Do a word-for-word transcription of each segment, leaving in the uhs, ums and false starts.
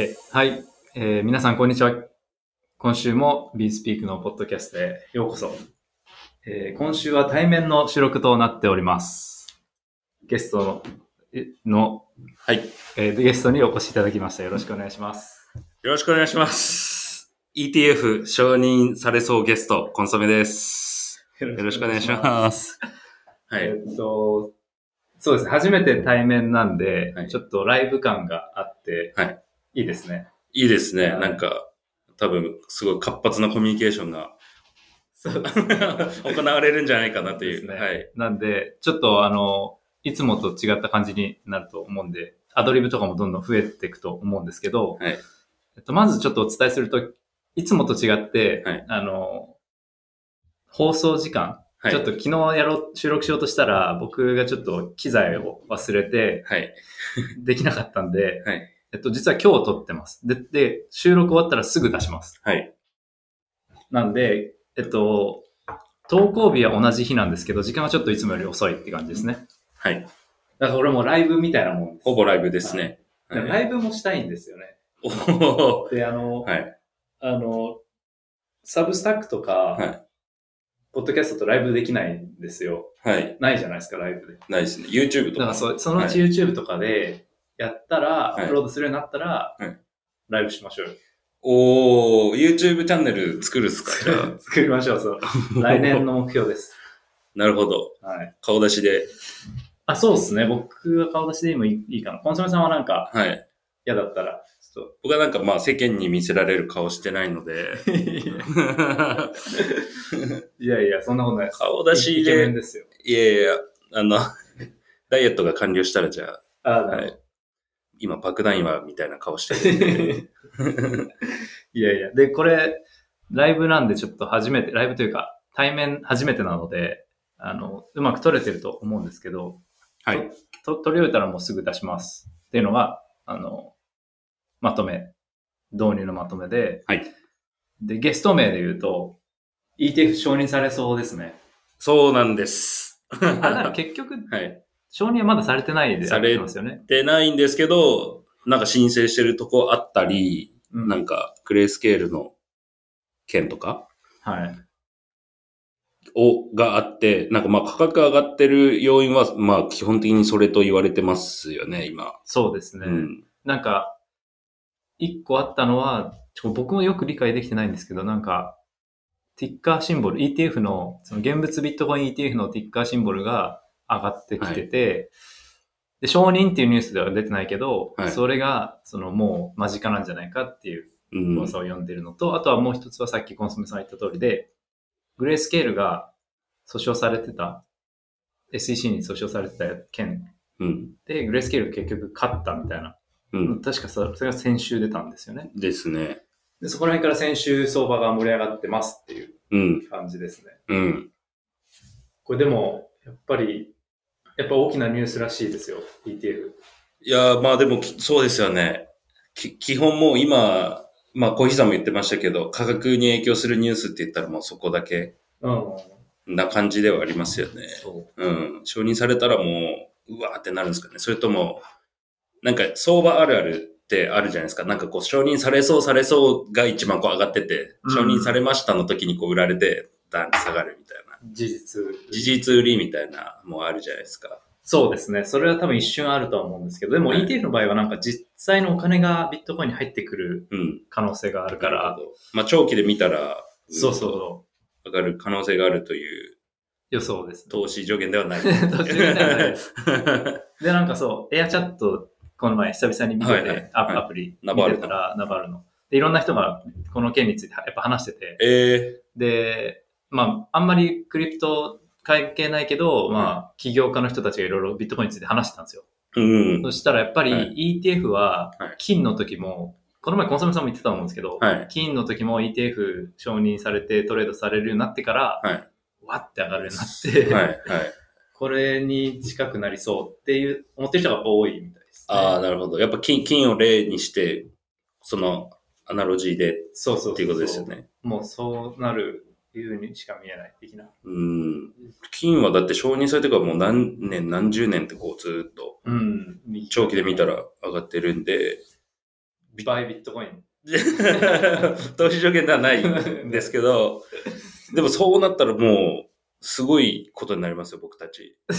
OK。はい、えー。皆さん、こんにちは。今週も BeSpeak のポッドキャストへようこそ。えー、今週は対面の収録となっております。ゲストの、 はい、 えー。ゲストにお越しいただきました。よろしくお願いします。 よろしくお願いします。イーティーエフ 承認されそうゲスト、コンソメです。よろしくお願いします。 はい。えー、っと、そうですね。初めて対面なんで、はい、ちょっとライブ感があって、はい、いいですね。 いいですね。なんか、多分、すごい活発なコミュニケーションが、そうですね、行われるんじゃないかなという。 ね、はい。なんで、ちょっとあの、いつもと違った感じになると思うんで、アドリブとかもどんどん増えていくと思うんですけど、はい。えっと、まずちょっとお伝えすると、いつもと違って、はい、あの、放送時間、はい、ちょっと昨日やろう、収録しようとしたら、僕がちょっと機材を忘れて、はい、できなかったんで、はい、えっと、実は今日撮ってます。で、で、収録終わったらすぐ出します。はい。なんで、えっと、投稿日は同じ日なんですけど、時間はちょっといつもより遅いって感じですね。はい。だから俺もライブみたいなもんです。 ほぼライブですね。 はい、ライブもしたいんですよね。おで、あの、はい、あの、サブスタックとか、はい、ポッドキャストとライブできないんですよ。はい。ないじゃないですか、ライブで。 ないですね。YouTube とか。 だからそ、そのうち YouTube とかでやったら、はい、アップロードするようになったら、はい、ライブしましょうよ。 おー、YouTube チャンネル作るっすか？じゃあ作りましょう、そう。来年の目標です。 なるほど。はい。顔出しで。 あ、そうですね。僕は顔出しでもいいかな。コンソメさんはなんか、はい。嫌だったら、 ちょっと。僕はなんかまあ世間に見せられる顔してないので。 いやいや、そんなことないです。 顔出しで。 イケメンですよ。 いやいや、あの、ダイエットが完了したらじゃあ。あ、なるほど。はい、今、爆弾岩みたいな顔してるんで。 いやいや。で、これ、ライブなんでちょっと初めて、ライブというか、対面初めてなので、あの、うまく撮れてると思うんですけど、はい。と、撮り終えたらもうすぐ出します。っていうのが、あの、まとめ、導入のまとめで、はい。で、ゲスト名で言うと、イーティーエフ 承認されそうですね。 そうなんです。 あ、だから結局、はい。承認はまだされてないでやってますよね。 されてないんですけど、なんか申請してるとこあったり、うん、なんかグレースケールの件とか、はい。を、があって、なんかまあ価格上がってる要因は、まあ基本的にそれと言われてますよね、今。 そうですね。うん、なんか、一個あったのは、僕もよく理解できてないんですけど、なんか、ティッカーシンボル、イーティーエフ の、その現物ビットコイン イーティーエフ のティッカーシンボルが上がってきてて、はい、で、承認っていうニュースでは出てないけど、はい、それが、そのもう間近なんじゃないかっていう噂を読んでるのと、うん、あとはもう一つはさっきコンソメさん言った通りで、グレースケールが訴訟されてた、エスイーシー に訴訟されてた件で、うん、グレースケール結局勝ったみたいな。うん、確かそれが先週出たんですよね。 ですね。 で、そこら辺から先週相場が盛り上がってますっていう感じですね。うん。うん、これでも、やっぱり、やっぱ大きなニュースらしいですよ、イーティーエフ。 いやー、まあでも、そうですよね。き基本もう今、まあコーヒーさんも言ってましたけど、価格に影響するニュースって言ったらもうそこだけ、な感じではありますよね。うん。承認されたらもう、うわーってなるんですかね。それとも、なんか相場あるあるってあるじゃないですか。なんかこう承認されそうされそうが一番こう上がってて、うん、承認されましたの時にこう売られて、ダンって下がるみたいな。 事実。 事実売りみたいなもうあるじゃないですか。 そうですね。それは多分一瞬あるとは思うんですけど、でも イーティーエフ の場合はなんか実際のお金がビットコインに入ってくる可能性があるから。うん、 まあ長期で見たら、 そうそう。 上がる可能性があるという。 予想です、 ね。投資上限ではない。 投資上限ではないです。で、なんかそう、エアチャット、この前久々に見てて、はいはい、アプリ見てたら、ナバルの。で、いろんな人がこの件についてやっぱ話してて。えー、で、まあ、あんまりクリプト関係ないけど、まあ、起業家の人たちがいろいろビットコインについて話してたんですよ。うん、そしたらやっぱり イーティーエフ は金の時も、この前コンソメさんも言ってたと思うんですけど、はい、金の時も イーティーエフ 承認されてトレードされるようになってから、はい、わって上がるようになって、はいはい、これに近くなりそうっていう思ってる人が多いみたいです、 ね。ああ、なるほど。やっぱ金、金を例にして、そのアナロジーでそうそうそうっていうことですよね。 もうそうなるいうにしか見えない的な。 うん。金はだって承認されてからもう何年何十年ってこうずっと、長期で見たら上がってるんで、 バイビットコイン。 投資上限ではないんですけど、でもそうなったらもう、すごいことになりますよ、僕たち。こ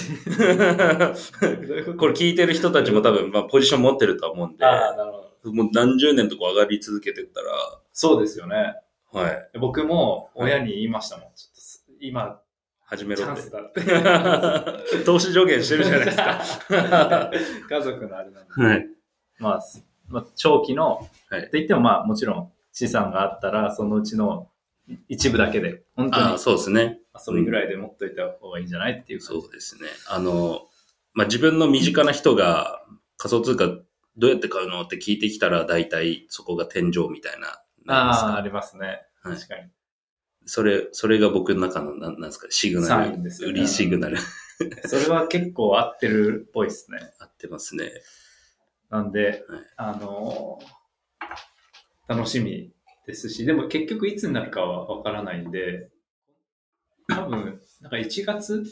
れ聞いてる人たちも多分、まあ、ポジション持ってると思うんで、 ああ、なるほど。 もう何十年とか上がり続けてったら。 そうですよね。 はい。 僕も親に言いましたもん。はい、ちょっと今、 始めろって。 チャンスだって。 投資上限してるじゃないですか。 家族のあれなんで。 はい。 まあ、まあ、長期の、はい、って言ってもまあ、もちろん資産があったら、そのうちの一部だけで、本当に。 ああ、そうですね。 遊びぐらいで持っといた方がいいんじゃないっていう。 そうですね。あの、まあ、自分の身近な人が仮想通貨どうやって買うのって聞いてきたら、大体そこが天井みたいな。 ああ、ありますね。 はい、 確かに。 それ、それが僕の中の、なんですか、シグナル。 サインですよね。 売りシグナル。 それは結構合ってるっぽいですね。 合ってますね。 なんで、はい、あのー、楽しみですし、でも結局いつになるかはわからないんで、多分、なんかいちがつに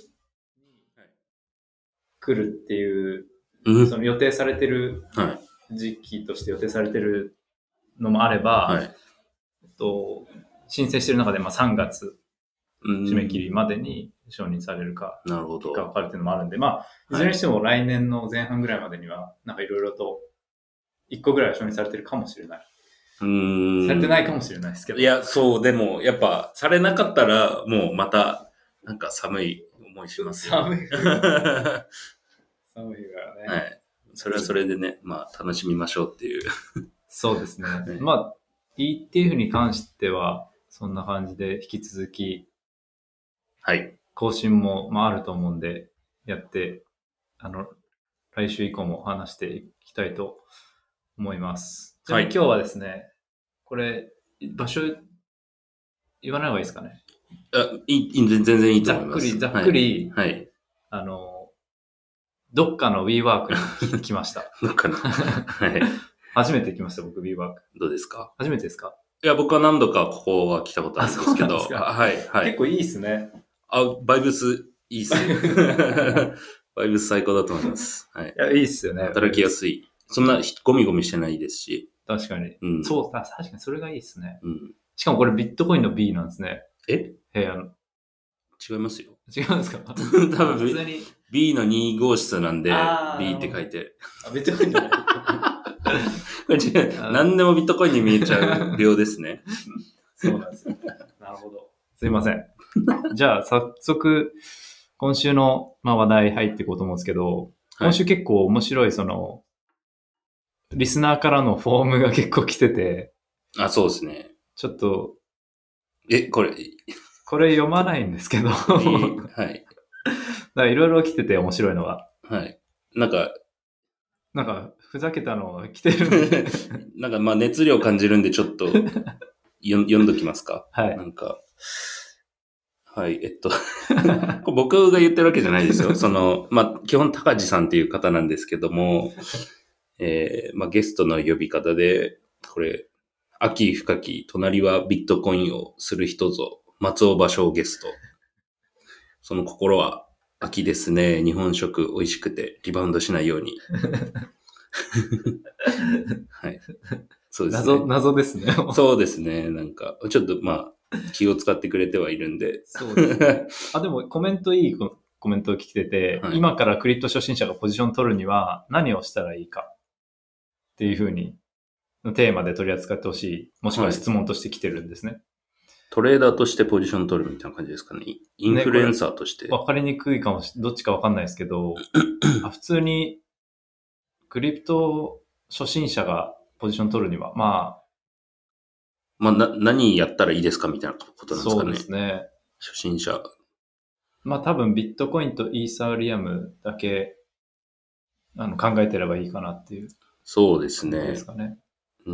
来るっていう、うん、その予定されてる時期として予定されてるのもあれば、はい、えっと、申請してる中でまあさんがつ締め切りまでに承認されるかが分かるっていうのもあるんで、まあ、いずれにしても来年の前半ぐらいまでには、なんかいろいろといっこぐらいは承認されてるかもしれない。うーん。されてないかもしれないですけど。 いや、そう、でも、やっぱ、されなかったら、もうまた、なんか寒い思いしますよ。 寒い。寒いからね。 はい。それはそれでね、まあ、楽しみましょうっていう。 そうですね。ねまあ、いいっていうふうに関しては、そんな感じで引き続き、 はい。 更新も、まあ、あると思うんで、やって、あの、来週以降も話していきたいと思います。はい。今日はですね、これ、場所、言わない方がいいですかね。 あ、いい、全然いいと思います。 ざっくり、ざっくり、 はい。はい、 あの、どっかの WeWork に来ました。 どっかの。はい。 初めて来ました、僕 WeWork。 どうですか？ 初めてですか？ いや、僕は何度かここは来たことあるんですけど。はい、はい。 結構いいっすね。 あ、バイブスいいっすね。バイブス最高だと思います。はい。 いや、いいっすよね。 働きやすい。そんなゴミゴミしてないですし。 確かに。うん、そう、確かにそれがいいっすね。 うん。 しかもこれビットコインの B なんですね。 え部屋の。 違いますよ。 違うんですか？多分普通に B のに号室なんで B って書いて。 あ、ビットコインじゃない。 これ違う。何でもビットコインに見えちゃう秒ですね。 そうなんですよ。なるほど。すいません。じゃあ、早速、今週の、まあ、話題入っていこうと思うんですけど、今週結構面白い、その、リスナーからのフォームが結構来てて。 あ、そうですね。 ちょっと。 え、これ。 これ読まないんですけど。はい。だからいろいろ来てて面白いのが。 はい。なんか、 なんか、ふざけたのが来てるんで。 なんか、まあ、熱量感じるんで、ちょっと、読んどきますか。 はい。 なんか、はい、えっと、僕が言ってるわけじゃないですよ。その、まあ、基本、高地さんっていう方なんですけども、えー、まあ、ゲストの呼び方で、これ、秋深き、隣はビットコインをする人ぞ、松尾芭蕉ゲスト。その心は、秋ですね。日本食美味しくて、リバウンドしないように。はい。そうですね。 謎、謎ですね。 そうですね。なんか、ちょっとまあ、気を使ってくれてはいるんで。 そうですね。あ、でもコメントいいコメント来てて、はい、今からクリプト初心者がポジション取るには何をしたらいいかっていうふうに、テーマで取り扱ってほしい、もしくは質問として来てるんですね。はい、 トレーダーとしてポジション取るみたいな感じですかね。インフルエンサーとして。 わ、ね、かりにくいかもし、どっちかわかんないですけど、あ普通にクリプト初心者がポジション取るには、まあ、 まあ、な、何やったらいいですかみたいなことなんですかね。 そうですね。 初心者。 まあ多分ビットコインとイーサリアムだけ、あの、考えてればいいかなっていう。 そうですね。 ですかね。 うん。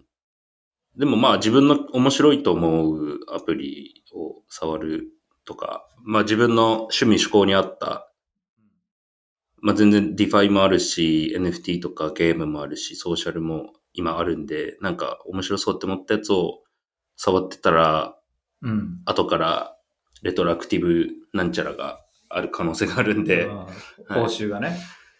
でもまあ自分の面白いと思うアプリを触るとか、まあ自分の趣味嗜好に合った、まあ全然ディファイもあるし、エヌエフティー とかゲームもあるし、ソーシャルも今あるんで、なんか面白そうって思ったやつを触ってたら、 うん、 後からレトラクティブなんちゃらがある可能性があるんで、 報酬がね、はい。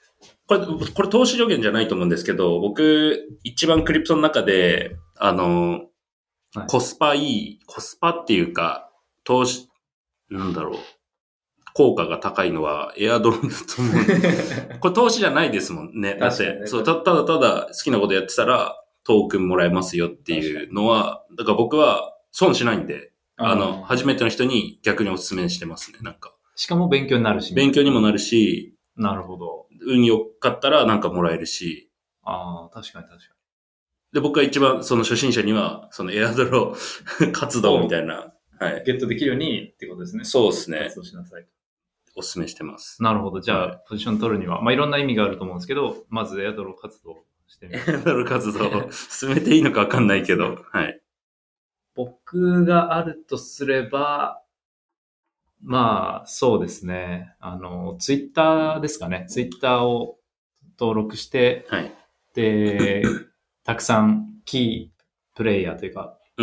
これ、これ投資助言じゃないと思うんですけど、僕、一番クリプトの中で、あの、はい、コスパいい、コスパっていうか、投資、なんだろう、効果が高いのはエアドロだと思う。これ投資じゃないですもんね。だって、そう、たただただ好きなことやってたら、トークンもらえますよっていうのは、だから僕は損しないんで、あの、初めての人に逆にお勧めしてますね、なんか。 しかも勉強になるし。 勉強にもなるし、 なるほど。 運良かったらなんかもらえるし。 ああ、確かに確かに。 で、僕は一番その初心者には、そのエアドロ活動みたいな、はい。 ゲットできるようにってことですね。 そうですね。 活動しなさい。 お勧めしてます。 なるほど。じゃあ、はい、ポジション取るには、まあ、いろんな意味があると思うんですけど、まずエアドロ活動してみる。 エアドロ活動を進めていいのかわかんないけど、はい。 僕があるとすれば、まあ、そうですね。あの、ツイッターですかね。ツイッターを登録して、 はい。 で、たくさんキープレイヤーというか、 うん。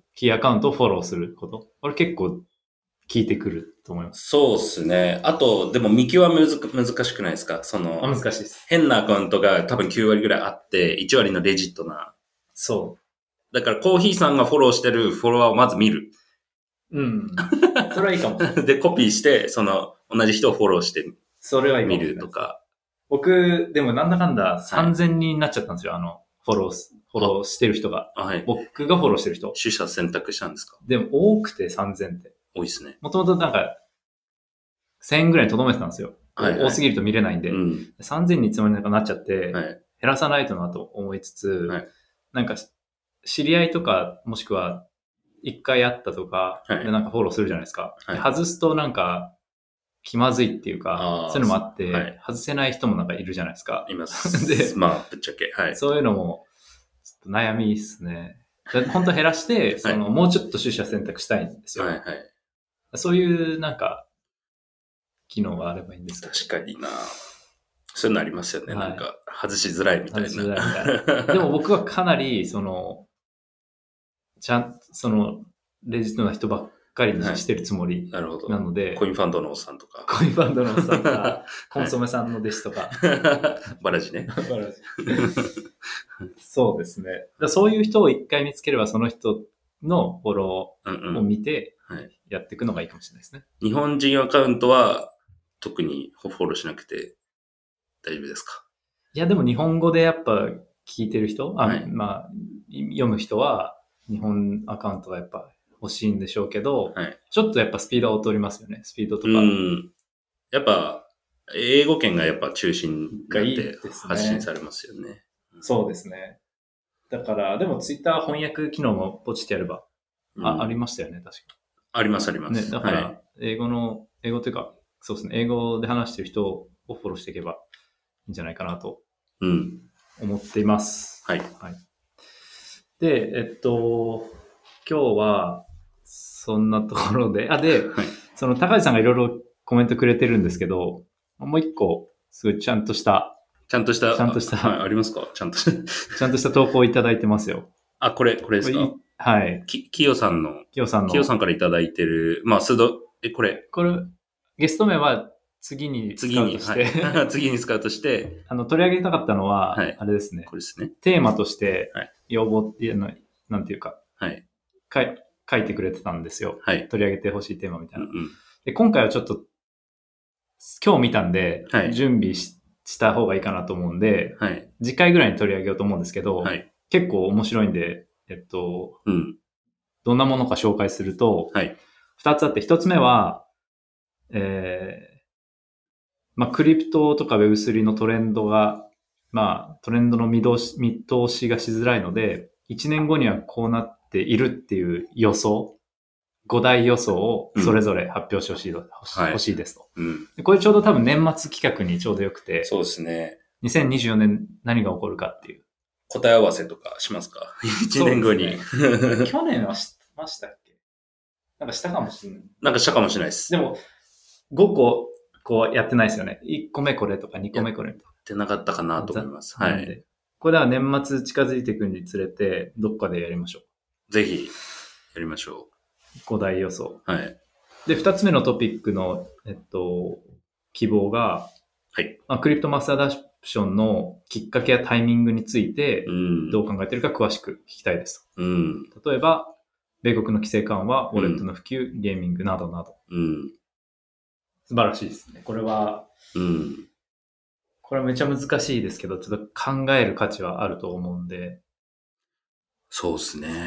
キーアカウントをフォローすること。これ結構効いてくると思います。 そうですね。あと、でも見極めむず難しくないですか？その、 あ、難しいです。 変なアカウントが多分きゅう割ぐらいあって、いち割のレジットな。 そう。 だからコーヒーさんがフォローしてるフォロワーをまず見る。 うん。それはいいかも。 で、コピーして、その、同じ人をフォローしてそれはいい見るとか。 僕、でもなんだかんださんぜんにんになっちゃったんですよ。はい、あの、フォロー、フォローしてる人が。 はい。 僕がフォローしてる人。 取捨選択したんですか？ でも多くてさんぜんって。 多いですね。 もともとなんか、せんえんぐらいに留めてたんですよ。はい、はい。多すぎると見れないんで。うん、さんぜんにいつまでかなっちゃって、はい、減らさないとなと思いつつ、はい、なんか、知り合いとか、もしくは、一回会ったとか、はい、でなんかフォローするじゃないですか。はい、外すとなんか、気まずいっていうか、そういうのもあって、はい、外せない人もなんかいるじゃないですか。 います。で、まあ、ぶっちゃけ。はい。 そういうのも、ちょっと悩みですね。本当減らして、その、はい、もうちょっと取捨選択したいんですよ。はいはい。そういうなんか、機能があればいいんですけど。 確かにな。そういうのありますよね。はい、なんか、外しづらいみたいな。外しづらいみたいな。でも僕はかなり、その、ちゃん、その、レジットな人ばっかりにしてるつもりなので、はい、 コインファンドのおっさんとか。 コインファンドのおっさんとか、コンソメさんの弟子とか。 バラジね。 バラジ。そうですね。だそういう人を一回見つければ、その人のフォローを見て、やっていくのがいいかもしれないですね。 日本人アカウントは特にフォローしなくて大丈夫ですか？ いや、でも日本語でやっぱ聞いてる人、あ、はい、まあ、読む人は日本アカウントがやっぱ欲しいんでしょうけど、はい、ちょっとやっぱスピードは劣りますよね。スピードとか。 うん。やっぱ、英語圏がやっぱ中心がいって発信されますよね。 そうですね。だから、でもツイッター翻訳機能もポチってやれば、うん、あ、ありましたよね、確か。 あります、あります。 ね、だから、英語の、はい、英語というか、そうですね、英語で話してる人をフォローしていけばいいんじゃないかなと、思っています。 うん、はい。 はい。で、えっと、今日は、そんなところで、あ、で、はい、その高橋さんがいろいろコメントくれてるんですけど、もう一個、すごいちゃんとした、 ちゃんとした、 ちゃんとした、 はい、ありますか？ちゃんとした。 ちゃんとした投稿をいただいてますよ。 あ、これ、これですか？ はい。 き、きよさんの、 きよさんの、 きよさんからいただいてる、まあ、数度、え、これ。 これ、ゲスト名は次にスカウトして、 次に、はい、次にスカウトして、 あの、取り上げたかったのは、はい、あれですね。 これですね。 テーマとして、要望っていうの、なんていうか、 はい。 書い、書いてくれてたんですよ。 はい。 取り上げてほしいテーマみたいな。 うんうん、 で、今回はちょっと、今日見たんで、はい、準備し、した方がいいかなと思うんで、 はい、 次回ぐらいに取り上げようと思うんですけど、 はい、 結構面白いんで、えっと、 うん、 どんなものか紹介すると、 はい、 二つあって、一つ目は、えー、まあ、クリプトとか ウェブスリー のトレンドが、まあ、トレンドの見通し、見通しがしづらいので、一年後にはこうなっているっていう予想、ご大予想をそれぞれ発表してほしい、うん、欲しいですと、 はい、うん。 これちょうど多分年末企画にちょうどよくて、 そうですね。 にせんにじゅうよねん何が起こるかっていう。 答え合わせとかしますか？いちねんごに。ね、 去年はしましたっけ？なんかしたかもしれない。 なんかしたかもしれないです。 でも、ごここうやってないですよね。いっこめこれとかにこめこれとか。 やってなかったかなと思います。はい。 これは年末近づいていくにつれて、どっかでやりましょう。ぜひ、やりましょう。 ご大予想。 はい。 で、二つ目のトピックの、えっと、希望が、 はい。 まあ、クリプトマスターダッシュプションのきっかけやタイミングについてどう考えているか詳しく聞きたいです、 うん、 例えば米国の規制緩和、ウォレットの普及、うん、ゲーミングなどなど、 うん、 素晴らしいですね。これは、 うん、 これはめちゃ難しいですけど、ちょっと考える価値はあると思うんで。 そうですね。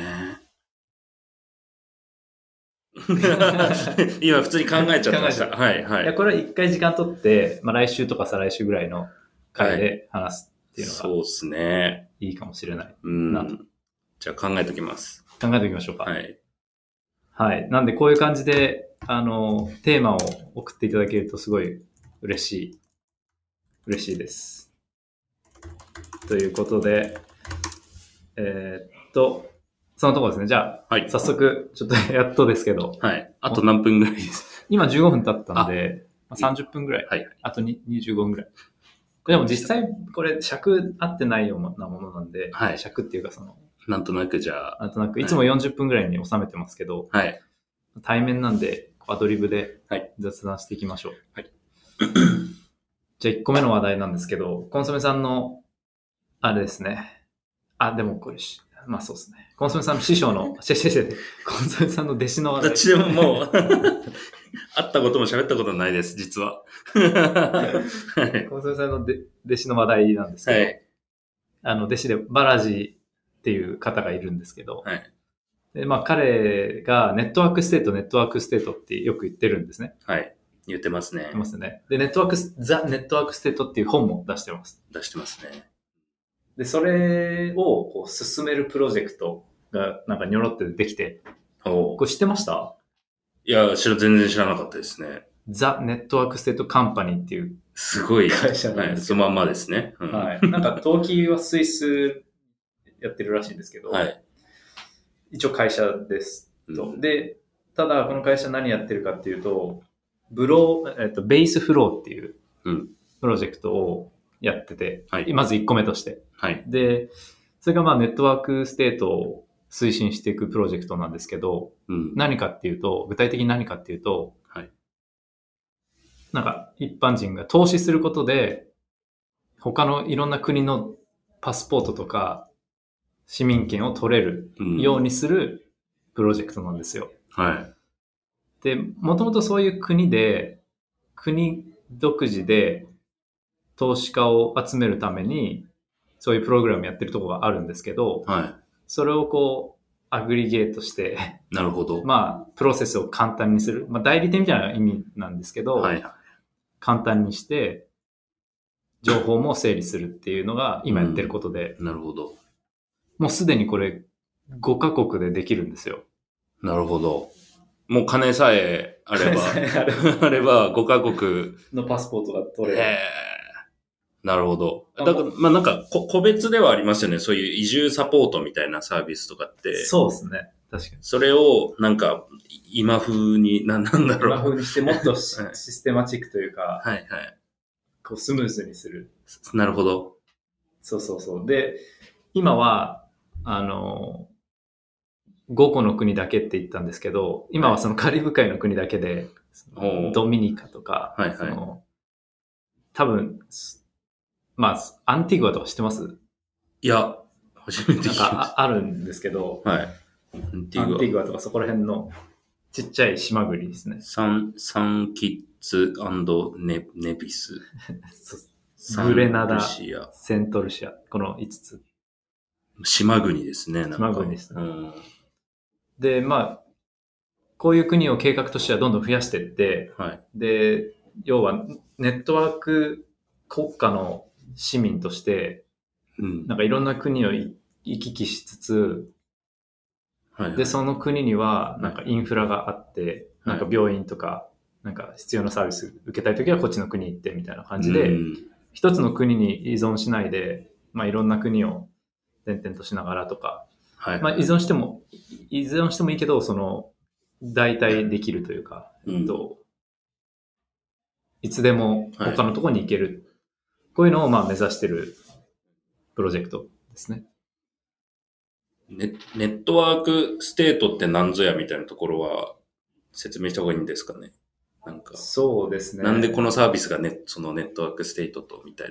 今普通に考えちゃってました。はいはい。 いや、これは一回時間取って、まあ来週とか再来週ぐらいの回で話すっていうのが、 そうですね。 いいかもしれないなと。じゃあ考えときます。 考えておきましょうか。 はい。 はい。なんでこういう感じで、あの、テーマを送っていただけるとすごい嬉しい。嬉しいです。ということで、えー、っと、そのところですね。じゃあ、はい、早速、ちょっとやっとですけど。 はい。あと何分ぐらいです？ 今じゅうごふん経ったんで、まあ、さんじゅっぷんぐらい。はい。あとにじゅうごふんぐらい。でも実際、これ尺合ってないようなものなんで、はい。尺っていうかその、 なんとなくじゃあ。 なんとなく、いつもよんじゅっぷんぐらいに収めてますけど、はい。対面なんで、アドリブで雑談していきましょう。はい。じゃあいっこめの話題なんですけど、コンソメさんの、あれですね。あ、でもこれ、まあそうですね。コンソメさんの師匠の、シェシェシェで、コンソメさんの弟子の話題。 どっちでももう、会ったことも喋ったことないです、実は。 コンソメさんの弟子の話題なんですけど、はい、あの、弟子でバラジっていう方がいるんですけど、はい、で、まあ彼がネットワークステート、ネットワークステートってよく言ってるんですね。 はい。言ってますね。 言ってますね。で、ネットワーク、ザ・ネットワークステートっていう本も出してます。 出してますね。 で、それをこう進めるプロジェクトがなんかニョロってできて、これ知ってました？ いや、知ら、全然知らなかったですね。 ザ・ネットワークステートカンパニーっていうすごい会社なんです。 はい、そのまんまですね。 うん、はい。なんか登記はスイスやってるらしいんですけど、はい、一応会社ですと、うん。で、ただこの会社何やってるかっていうと、ブロー、えっと、ベースフローっていうプロジェクトをやってて、はい、まずいっこめとして。はい、で、それがまあネットワークステートを推進していくプロジェクトなんですけど、うん、何かっていうと、具体的に何かっていうと、はい、なんか一般人が投資することで、他のいろんな国のパスポートとか市民権を取れるようにするプロジェクトなんですよ。うん、はい。で、もともとそういう国で、国独自で投資家を集めるために、そういうプログラムやってるところがあるんですけど、はい。それをこう、アグリゲートして、 なるほど。 まあ、プロセスを簡単にする。まあ、代理店みたいな意味なんですけど、はい。簡単にして、情報も整理するっていうのが今やってることで。 うん、なるほど。 もうすでにこれごカ国でできるんですよ。 なるほど。もう金さえあれば、あればごカ国のパスポートが取れる。へなるほど。だから、まあなんか個別ではありますよね。そういう移住サポートみたいなサービスとかって。 そうですね。確かに。 それをなんか今風に、な、なんだろう。 今風にしてもっとシステマチックというか、 はいはい。 こうスムーズにする。 なるほど。 そうそうそう。で、今は、あの、ごこの国だけって言ったんですけど、今はそのカリブ海の国だけで、はい、ドミニカとか、はいはい、その多分、まあ、アンティグアとか知ってます？ いや、初めて聞きました。 なんか あ, あるんですけど、はい。アンティグア。アンティグアとかそこら辺のちっちゃい島国ですね。 サン、サンキッズ&ネ、ネビス。 グレナダ、セントルシア、このいつつ。 島国ですね。なんか島国ですね。うん、で、まあ、こういう国を計画としてはどんどん増やしていって、はい、で、要はネットワーク国家の市民として、うん、なんかいろんな国を行き来しつつ、はいはい、で、その国にはなんかインフラがあって、はい、なんか病院とか、なんか必要なサービス受けたいときはこっちの国行ってみたいな感じで、うん、一つの国に依存しないで、まあいろんな国を転々としながらとか、はいはい、まあ依存しても、依存してもいいけど、その、代替できるというか、うん、といつでも他のところに行ける、はい、こういうのをまあ目指してるプロジェクトですね。 ネ, ネットワークステートって何ぞやみたいなところは説明した方がいいんですかね。なんかそうですね。 なんでこのサービスがネそのネットワークステートとみたいな。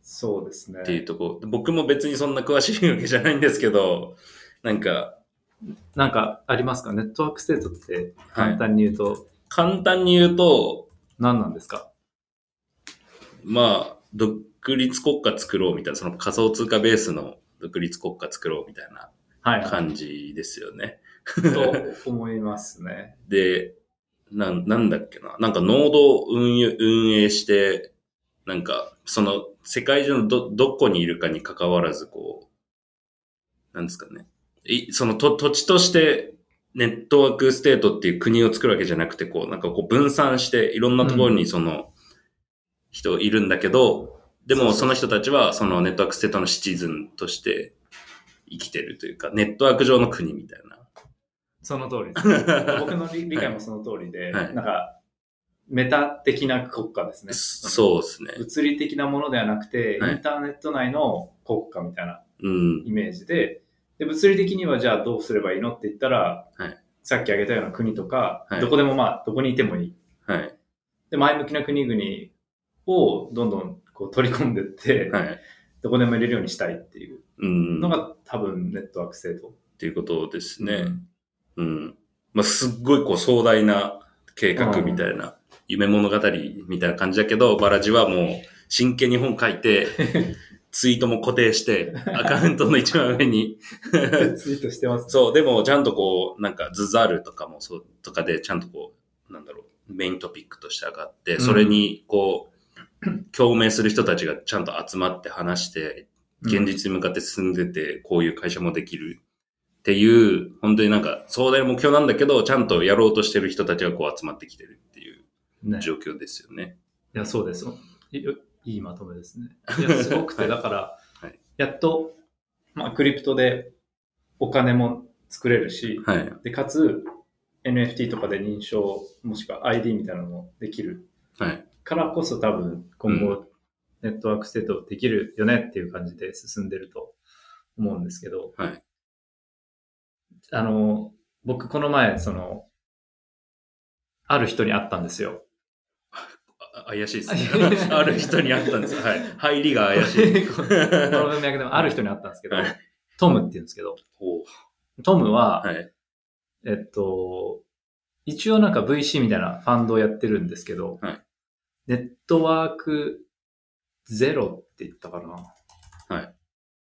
そうですね。 っていうところ。僕も別にそんな詳しいわけじゃないんですけど、なんか、 なんかありますか？ネットワークステートって簡単に言うと、はい、 簡単に言うと何なんですか？ まあ独立国家作ろうみたいな、その仮想通貨ベースの独立国家作ろうみたいな感じですよね。 はいはい、と思いますね。 でな、なんだっけな、なんかノードを運営、運営してなんかその世界中のどどこにいるかに関わらずこうなんですかね。そのと土地としてネットワークステートっていう国を作るわけじゃなくて、こう、なんかこう分散していろんなところにその人いるんだけど、うん、でもその人たちはそのネットワークステートのシチズンとして生きてるというか、ネットワーク上の国みたいな。 その通りです。僕の理解もその通りで、はいはい、なんか、メタ的な国家ですね。 そうですね。 物理的なものではなくて、はい、インターネット内の国家みたいなイメージで、で物理的にはじゃあどうすればいいのって言ったら、はい、さっき挙げたような国とか、はい、どこでもまあ、どこにいてもいい。はい、で前向きな国々をどんどんこう取り込んでいって、はい、どこでも入れるようにしたいっていうのが多分ネットワーク制度。 っていうことですね。うん。うん、まあ、すっごいこう壮大な計画みたいな、うん、夢物語みたいな感じだけど、バラジはもう真剣に本書いて、ツイートも固定して、アカウントの一番上にツイートしてます、ね。 そう、でもちゃんとこう、なんかズザルとかもそう、とかでちゃんとこう、なんだろう、メイントピックとして上がって、それにこう、うん、共鳴する人たちがちゃんと集まって話して、現実に向かって進んでて、こういう会社もできるっていう、本当になんか壮大な目標なんだけど、ちゃんとやろうとしてる人たちがこう集まってきてるっていう状況ですよね。ねいや、そうです。いいいまとめですね。いや、すごくて、はい、だから、はい、やっと、まあ、クリプトでお金も作れるし、はい、で、かつ、エヌエフティー とかで認証、もしくは アイディー みたいなのもできる。はい、からこそ多分、今後、うん、ネットワークステートできるよねっていう感じで進んでると思うんですけど、はい、あの、僕この前、その、ある人に会ったんですよ。 怪しいですね。ある人に会ったんですよ。はい。入りが怪しい。この文脈でもある人に会ったんですけど、はい、トムって言うんですけど、トムは、はい、えっと、一応なんか ブイシー みたいなファンドをやってるんですけど、はい、ネットワークゼロって言ったかな。はい。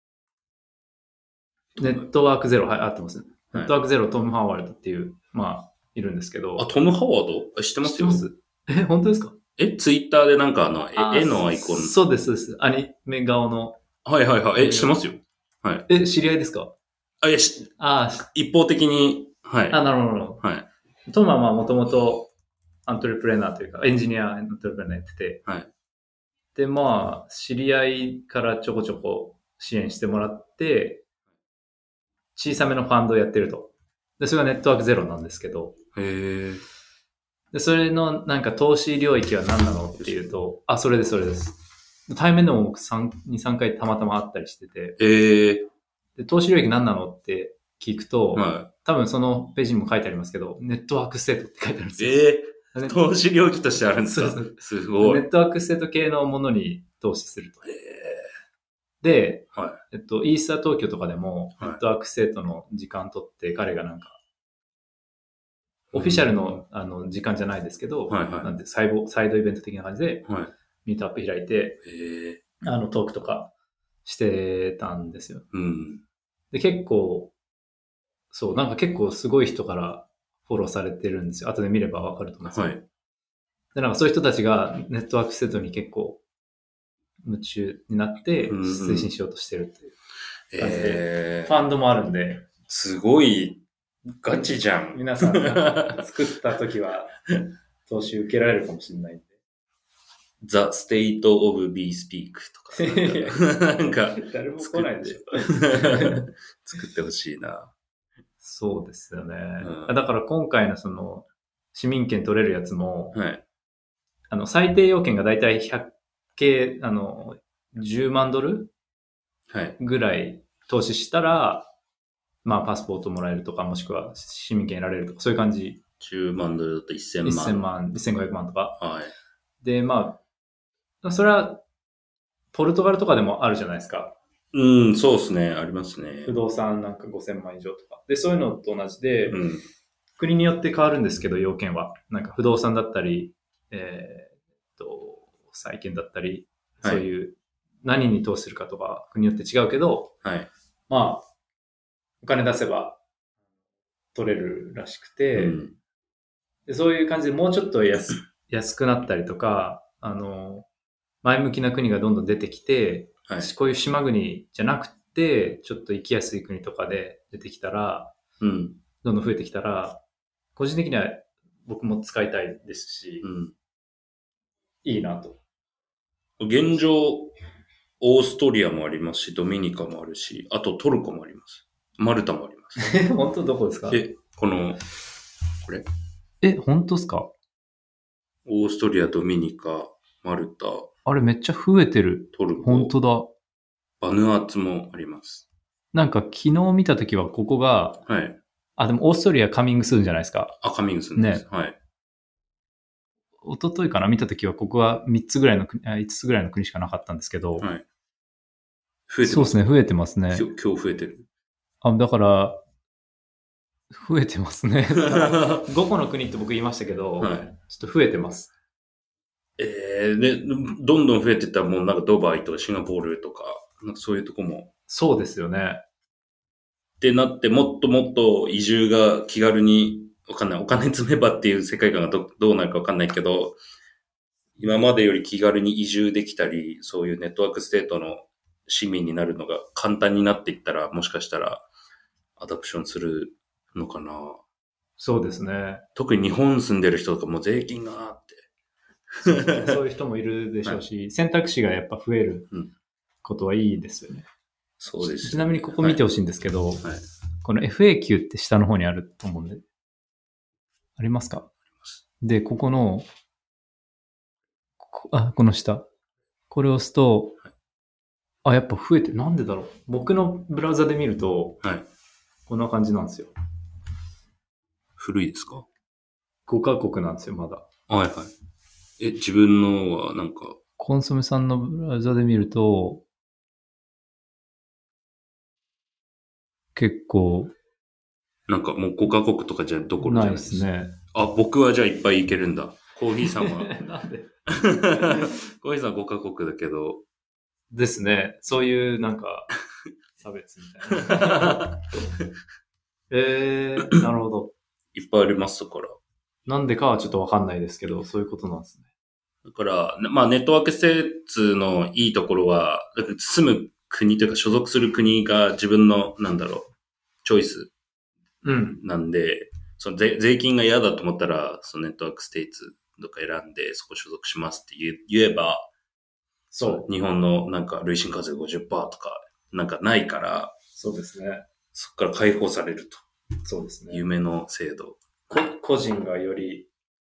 ネットワークゼロ、はい、合ってますね。ネットワークゼロ、トム・ハワードっていう、まあ、いるんですけど。 あ、トム・ハワード知ってますよ。 知ってます？え、本当ですか？ え、ツイッターでなんかあの、あ絵のアイコン。 そうです、そうです。アニメ顔の。 はいはいはい。え、知ってますよ。はい。 え、知り合いですか？ あ、いや、しあ一方的に、はい。 あ、なるほど。はい。トムはまあ、もともと、アントレプレナーというか、エンジニア、アントレプレナーやってて。はい。で、まあ、知り合いからちょこちょこ支援してもらって、小さめのファンドをやってると。で、それがネットワークゼロなんですけど。へー。で、それのなんか投資領域は何なのっていうと、あ、それです、それです。対面でも僕に、さんかいたまたま会ったりしてて、えー、で投資領域何なのって聞くと、はい、多分そのページにも書いてありますけど、ネットワークステートって書いてあるんですよ。えー、投資領域としてあるんですか？そうそうすごい。 ネットワークステート系のものに投資すると。えー、で、はい、えっと、イーサー東京とかでも、ネットワークステートの時間取って彼がなんか、オフィシャルの、あの時間じゃないですけど、はいはい、なんてサイボサイドイベント的な感じで、はい、ミートアップ開いて、あのトークとかしてたんですよ。うん、で結構、そう、なんか結構すごい人からフォローされてるんですよ。後で見ればわかると思うんですよ。はい、で、なんかそういう人たちがネットワークステートに結構夢中になって推進しようとしてるっていう感じで、えー、ファンドもあるんで。 すごい、ガチじゃん。 皆さんが作った時は投資受けられるかもしれないんで。 The State of B-Speak とか。なんか、 誰も来ないでしょ。 作ってほしいな。 そうですよね。うん、だから今回のその市民権取れるやつも、はい、あの最低要件がだいたいひゃくけい、あの、じゅうまんドルぐらい投資したら、まあ、パスポートもらえるとか、もしくは市民権得られるとか、そういう感じ。 じゅうまんドルだとせんまん。 せんまん、せんごひゃくまんとか。はい。で、まあ、それはポルトガルとかでもあるじゃないですか。 うん、そうですね。ありますね。 不動産なんかごせんまん以上とか。で、そういうのと同じで、 うん、 国によって変わるんですけど、要件は。なんか不動産だったり、えー、っと、債券だったり、そういう何に投資するかとか国によって違うけど、 はい、 まあ、お金出せば取れるらしくて、うん、でそういう感じでもうちょっと安安くなったりとか、あの、前向きな国がどんどん出てきて、はい、こういう島国じゃなくて、ちょっと行きやすい国とかで出てきたら、うん、どんどん増えてきたら、個人的には僕も使いたいですし、うん、いいなと。 現状、オーストリアもありますし、ドミニカもあるし、あとトルコもあります。マルタもあります。 本当どこですか？ え、この、これえ、本当ですか？ オーストリア、ドミニカ、マルタ。 あれめっちゃ増えてる。 トルコ。 本当だ。 バヌアツもあります。 なんか昨日見たときはここが、はい。あ、でもオーストリアカミングスーンじゃないですか。 あ、カミングスーンです。ね。はい。 一昨日かな見たときはここはみっつぐらいの国、いつつぐらいの国しかなかったんですけど。はい。増えてます。そうですね、増えてますね。 今日、今日増えてる。 あ、だから、増えてますね。ごこの国って僕言いましたけど、はい、ちょっと増えてます。 えー、で、どんどん増えてったらもうなんかドバイとかシンガポールとか、なんかそういうとこも。 そうですよね。 ってなって、もっともっと移住が気軽に、わかんない。お金積めばっていう世界観が ど, どうなるかわかんないけど、今までより気軽に移住できたり、そういうネットワークステートの市民になるのが簡単になっていったら、もしかしたらアダプションするのかな。 そうですね。 特に日本住んでる人とかも税金があって。 そうですね、そういう人もいるでしょうし、はい、選択肢がやっぱ増えることはいいですよね。うん、 そうです、ね。 ちなみにここ見てほしいんですけど、はいはい、この エフエーキュー って下の方にあると思うんで。ありますか？で、ここの、こあ、この下。これを押すと、はい、あ、やっぱ増えてる。なんでだろう。僕のブラウザで見ると、はい、こんな感じなんですよ。 古いですか？ ごカ国なんですよ、まだ。 はいはい。え、自分のはなんか。 コンソメさんのブラウザで見ると、結構。 なんかもうごカ国とかじゃどころじゃないです。 ないですね。 あ、僕はじゃあいっぱいいけるんだ。コーヒーさんは。 なんでコーヒーさんはごカ国だけど。 ですね。そういうなんか、差別みたいな。えー、なるほど。 いっぱいありますから。 なんでかはちょっとわかんないですけど、そういうことなんですね。 だから、まあネットワーク施設のいいところは、住む国というか所属する国が自分の、なんだろう、チョイスなんで、うん、その税税金が嫌だと思ったら、そのネットワークステイツとか選んでそこ所属しますって言え言えば、そう。日本のなんか累進課税 ごじゅっパーセント とかなんかないから、 そうですね。 そこから解放されると。 そうですね。 夢の制度。 個人がより、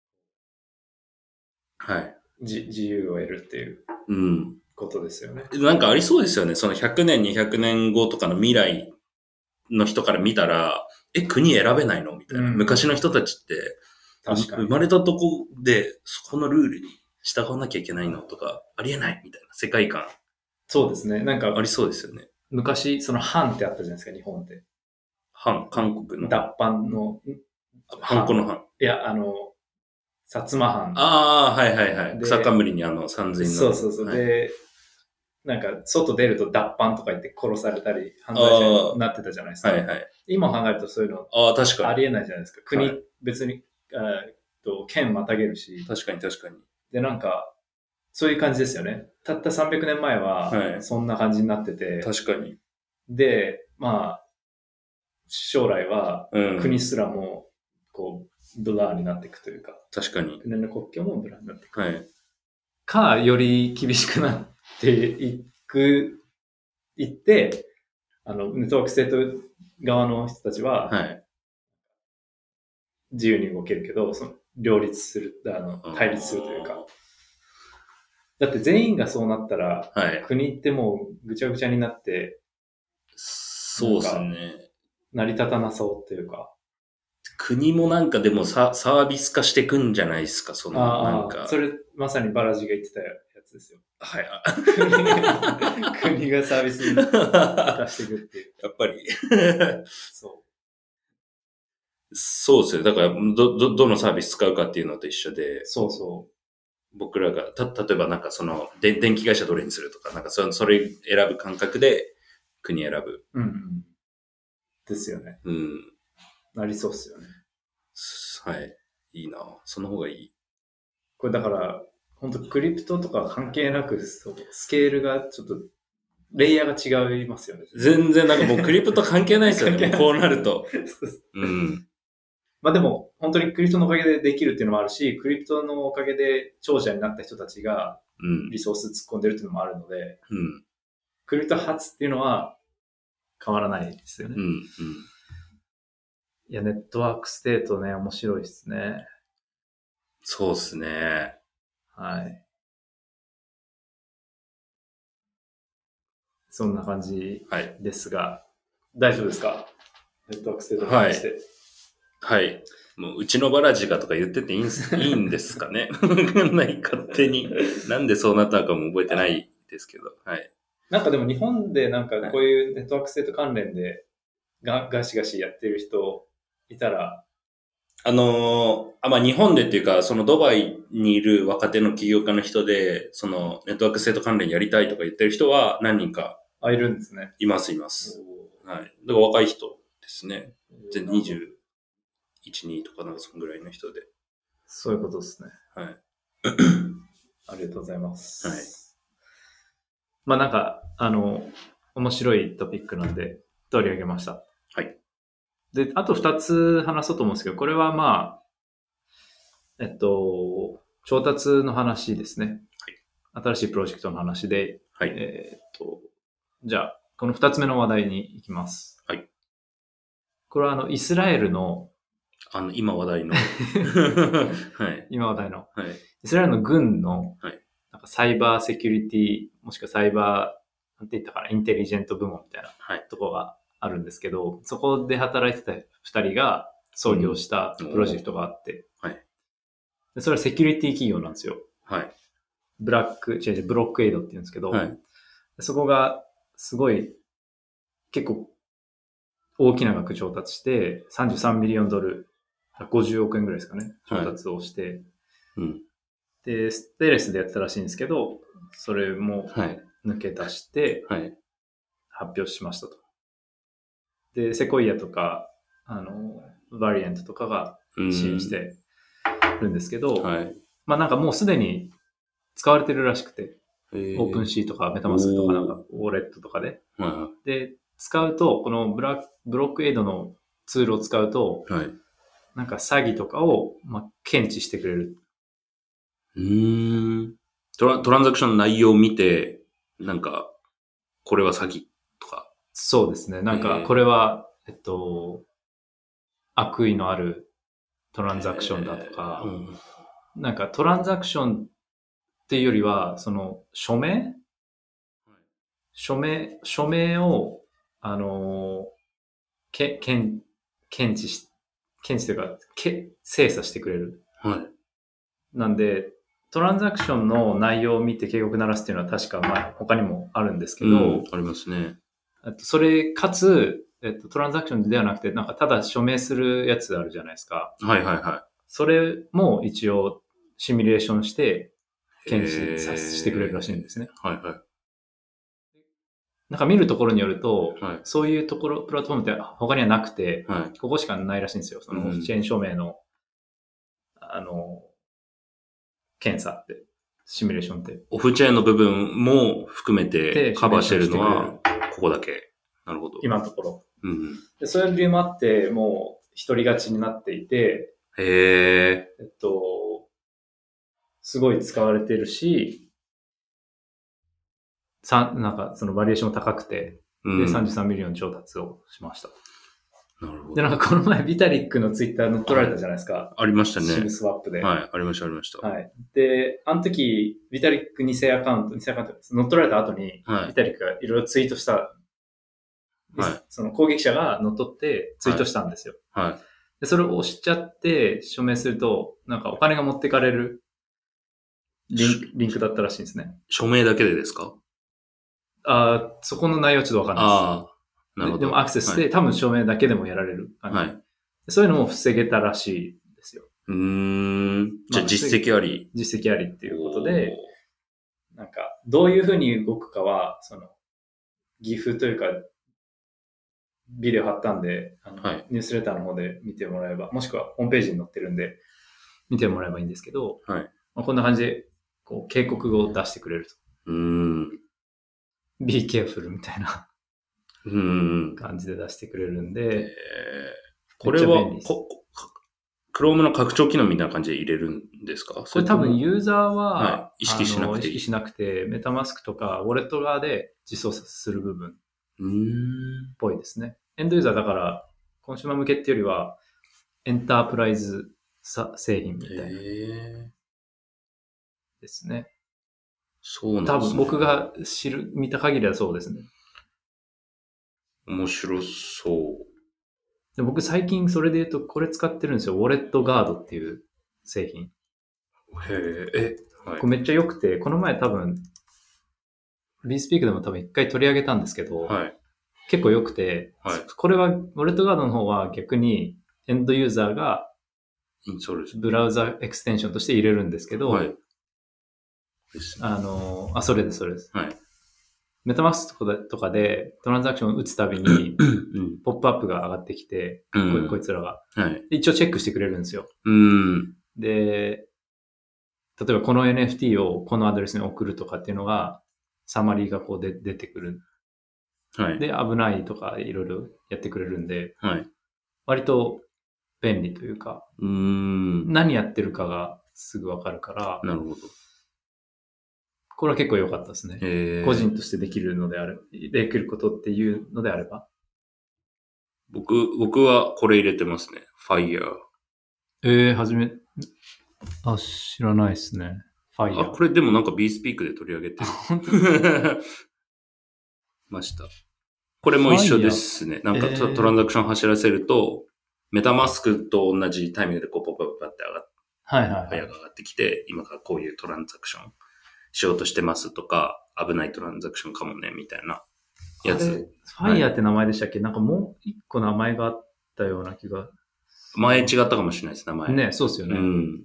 はい。 自由を得るっていうことですよね、 うん。なんかありそうですよね。そのひゃくねん、にひゃくねんごとかの未来の人から見たら、え、国選べないのみたいな、うん。昔の人たちって、確かに生まれたとこでそこのルールに従わなきゃいけないのとか、ありえないみたいな世界観。 そうですね。なんか、 ありそうですよね。 昔、その藩ってあったじゃないですか、日本って。 藩、韓国の。 脱藩の。 藩国の藩。 いや、あの、薩摩藩。 ああ、はいはいはい。草冠にあの、三千の。 そうそうそう。はい、で、なんか、外出ると脱藩とか言って殺されたり、犯罪者になってたじゃないですか。はいはい。今考えるとそういうの、 ああ、確かに。 ありえないじゃないですか。国、はい、別に、えっと、県またげるし。 確かに確かに。 で、なんか、そういう感じですよね。たったさんびゃくねんまえは、そんな感じになってて。 はい、確かに。 で、まあ、将来は、国すらも、こう、ブラーになっていくというか。 確かに。 国の国境もブラーになっていく。 はい。 か、より厳しくなっていく、いって、あの、ネットワークステート側の人たちは、はい、自由に動けるけど、その両立する、あの、対立するというか。だって全員がそうなったら、はい、国ってもうぐちゃぐちゃになって、 そうですね。 成り立たなそうっていうか。 国もなんかでもササービス化してくんじゃないですか、そのなんか。 それまさにバラジが言ってたやつですよ。 はい。 国が、国がサービスに出していくっていう。 やっぱり。 そう。 そうですよ。だから、ど、ど、どのサービス使うかっていうのと一緒で。 そうそう。 僕らが、た、例えばなんかその、で、電気会社どれにするとか、なんかそそれ選ぶ感覚で国選ぶ。 うん、うん。ですよね。 うん。 なりそうっすよね。 はい。いいな。その方がいい。 これだから、本当クリプトとか関係なく、スケールがちょっと、レイヤーが違いますよね。 全然なんかもうクリプト関係ないですよね。こうなると。うん。 まあでも、本当にクリプトのおかげでできるっていうのもあるし、クリプトのおかげで長者になった人たちが、リソース突っ込んでるっていうのもあるので、 うん、 クリプト発っていうのは変わらないですよね。 うんうん、 いや、ネットワークステートね、面白いですね。 そうですね。 はい。そんな感じですが、はい、大丈夫ですか？ネットワークステートに関して。 はい。はい。もう、うちのバラジがとか言ってていいんす、いいんですかね。わかんない、勝手に。なんでそうなったのかも覚えてないですけど。はい。 なんかでも日本でなんかこういうネットワークステート関連でがガシガシやってる人いたら、 あのー、あ、まあ、日本でっていうか、そのドバイにいる若手の起業家の人で、そのネットワークステート関連やりたいとか言ってる人は何人か。 あ、いるんですね。 います、います。はい。だから若い人ですね。全にじゅういち、にとかなんかそのぐらいの人で。 そういうことですね。 はい。 ありがとうございます。 はい。 まあなんか、あの、面白いトピックなんで取り上げました。 はい。 で、あと二つ話そうと思うんですけど、これはまあ、えっと、調達の話ですね。はい。新しいプロジェクトの話で、 はい。 えー、っと、じゃあ、この二つ目の話題に行きます。 はい。 これはあの、イスラエルの、 あの、今話題の。はい。 今話題の。 はい。 イスラエルの軍の、 はい。 なんかサイバーセキュリティ、もしくはサイバー、なんて言ったかな、インテリジェント部門みたいなところがあるんですけど、はい、そこで働いてた二人が創業したプロジェクトがあって、 うん、はい。 でそれはセキュリティ企業なんですよ。 はい。 ブラック、違う違う、ブロックエイドって言うんですけど、 はい、 そこがすごい結構大きな額調達して、さんじゅうさんミリオンドル、ごじゅうおくえんぐらいですかね、調達をして、はいうん、で、ステレスでやってたらしいんですけど、それも抜け出して発表しましたと。で、セコイアとか、あの、バリエントとかが支援してるんですけど、はい、まあなんかもうすでに使われてるらしくて、オープンシーとかメタマスクとかなんかウォレットとかで。はい、で、使うと、このブラブロックエイドのツールを使うと、はい、なんか詐欺とかを、まあ、検知してくれる。 うーんトラ。トランザクションの内容を見て、なんか、これは詐欺とか。 そうですね。なんか、これは、えっと、悪意のあるトランザクションだとか、うん、なんかトランザクションっていうよりは、その、署名署名、署名を、あの、け、検、検知し、検知というか、け、精査してくれる。はい。なんで、トランザクションの内容を見て警告鳴らすっていうのは確か、まあ、他にもあるんですけど、うん、 ありますね。 それ、かつ、えっと、トランザクションではなくて、なんかただ署名するやつあるじゃないですか。 はいはいはい。 それも一応シミュレーションして検知さしてくれるらしいんですね。 はいはい。 なんか見るところによると、はい、そういうところ、プラットフォームって他にはなくて、はい、ここしかないらしいんですよ。その、チェーン署名の、うん、あの、検査って、シミュレーションって。 オフチェーンの部分も含めてカバーしてるのは、ここだけ。なるほど。 今のところ。 うん、 でそういう理由もあって、もう一人勝ちになっていて、 へえ。 えっと、すごい使われてるし、さなんかそのバリエーションも高くて、うん、でさんじゅうさんミリオン調達をしました。 なるほど。 で、なんかこの前ビタリックのツイッター乗っ取られたじゃないですか。 ありましたね。 シムスワップで。 はい、ありましたありました。 はい。で、あの時、ビタリック偽アカウント、偽アカウント乗っ取られた後に、はい、ビタリックがいろいろツイートした、はい、その攻撃者が乗っ取ってツイートしたんですよ。 はい。はい、 でそれを押しちゃって署名すると、なんかお金が持ってかれるリンク、リンクだったらしいんですね。 署名だけでですか？ ああ、そこの内容ちょっとわかんないです。 ああ、なるほど。 で。でもアクセスして、はい、多分署名だけでもやられる感じ。はい。そういうのも防げたらしいですよ。 うーん。じゃあ実績あり、 まあ、実績ありっていうことで、なんか、どういうふうに動くかは、その、ギフというか、ビデオ貼ったんで、あの、はい、ニュースレターの方で見てもらえば、もしくはホームページに載ってるんで、見てもらえばいいんですけど、はい、まあ、こんな感じで、こう、警告を出してくれると。 うーん。 be careful みたいな感じで出してくれるんで、えー、これはこ、Chrome の拡張機能みたいな感じで入れるんですか？ これ多分ユーザーは、 はい、意識しなくていい。 意識しなくて、メタマスクとかウォレット側で実装する部分っぽいですね。エンドユーザーだから、コンシューマー向けっていうよりは、エンタープライズ製品みたいな。ですね。 そうなんですね。 多分僕が知る、見た限りはそうですね。 面白そう。 で僕最近それで言うとこれ使ってるんですよ。ウォレットガードっていう製品。 へえ、 はい、これめっちゃ良くて、この前多分、BeSpeak でも多分一回取り上げたんですけど、はい、結構良くて、はい、これは、ウォレットガードの方は逆にエンドユーザーがブラウザエクステンションとして入れるんですけど、はい、あの、あ、それです、それです。はい、メタマスクとかでトランザクションを打つたびに、ポップアップが上がってきて、うん、こいつらが、はい。一応チェックしてくれるんですよ。うん、で、例えばこの エヌエフティー をこのアドレスに送るとかっていうのが、サマリーがこうで出てくる。はい。で、危ないとかいろいろやってくれるんで、はい。割と便利というか、うーん何やってるかがすぐわかるから、 なるほど。 これは結構良かったですね。個人としてできるのであれ、できることっていうのであれば。 僕、僕はこれ入れてますね。Fire。 ええー、はじめ、あ、知らないですね。Fire。 あ、これでもなんか BeSpeak で取り上げてる。本当ました。これも一緒ですね。なんかトランザクション走らせると、メタマスクと同じタイミングでこうポップアップって上がって、 はいはい、はい。 Fire が上がってきて、今からこういうトランザクションしようとしてますとか、危ないトランザクションかもね、みたいなやつ。 ファイヤーって名前でしたっけ、はい、なんかもう一個名前があったような気が。 前違ったかもしれないです、名前。 ね、そうですよね。うん。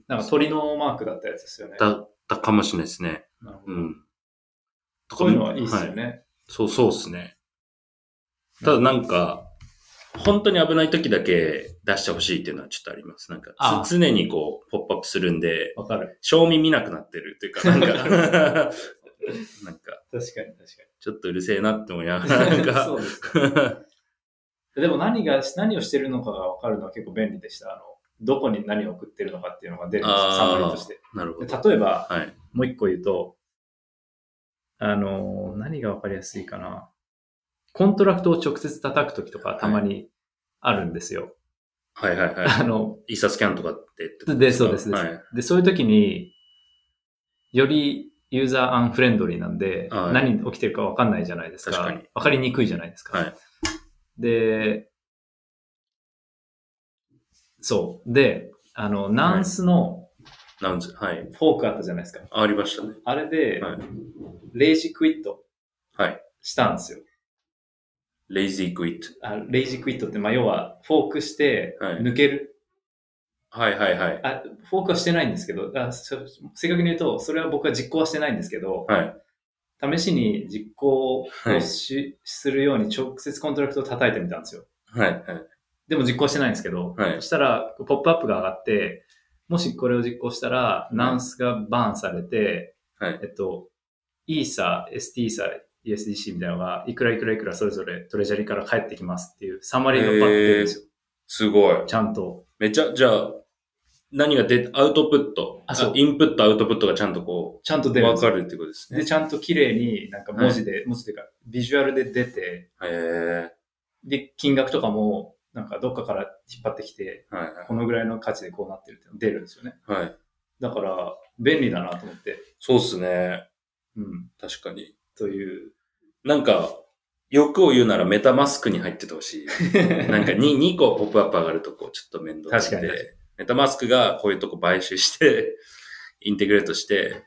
なんか鳥のマークだったやつですよね。 だったかもしれないですね。 なるほど。うん。そういうのはいいですよね。はい、 そう、そうですね。ただなんか、本当に危ない時だけ出してほしいっていうのはちょっとあります。なんか、常にこう、ポップアップするんで、 わかる。 正味見なくなってるっていうか、なんか、なんか、 確かに確かに。 ちょっとうるせえなって思いながら、なんか。 そうですでも何が、何をしてるのかがわかるのは結構便利でした。あの、どこに何を送ってるのかっていうのが出るんですよ、サマリーとして。 なるほど。 例えば、はい、もう一個言うと、あの、何がわかりやすいかな。コントラクトを直接叩くときとかたまにあるんですよ。 はいはいはい。 あの、 イーサスキャンとかってってで、そうです、はい。で、そういうときに、よりユーザーアンフレンドリーなんで、はい、何起きてるかわかんないじゃないですか。 確かに。 わかりにくいじゃないですか。 はい。 で、そう。で、あの、ナンスの、 ナンス、はい。 フォークあったじゃないですか。 ありましたね。 あれで、はい、レイジクイットしたんですよ。 レイジークイット。 あ、レイジークイットって、まあ、要は、フォークして、抜ける、 はい。はいはいはいあ。フォークはしてないんですけど、あ正確に言うと、それは僕は実行はしてないんですけど、 はい、 試しに実行をし、はい、するように直接コントラクトを叩いてみたんですよ。 はい。はい。 でも実行はしてないんですけど、はい、そしたら、ポップアップが上がって、もしこれを実行したら、はい、ナンスがバーンされて、はい、えっと、イーサー、エスティーサー、ユーエスディーシー みたいなのが、いくらいくらいくらそれぞれトレジャリから返ってきますっていうサマリーがパッと出るんですよ。 すごい。 ちゃんと。 めちゃ、じゃあ、何が出、アウトプット。あ、そう。インプット、アウトプットがちゃんとこう。 ちゃんと出る。 わかるってことですね。 で、ちゃんと綺麗になんか文字で、はい、文字というか、ビジュアルで出て、 へで、金額とかも、なんかどっかから引っ張ってきて、はいはい、このぐらいの価値でこうなってるって出るんですよね。 はい。 だから、便利だなと思って。 そうっすね。 うん。 確かに。 という。 なんか、欲を言うならメタマスクに入っててほしい。なんか 2, 2個ポップアップ上がるとこうちょっと面倒で。 確かに。 メタマスクがこういうとこ買収して、インテグレートして。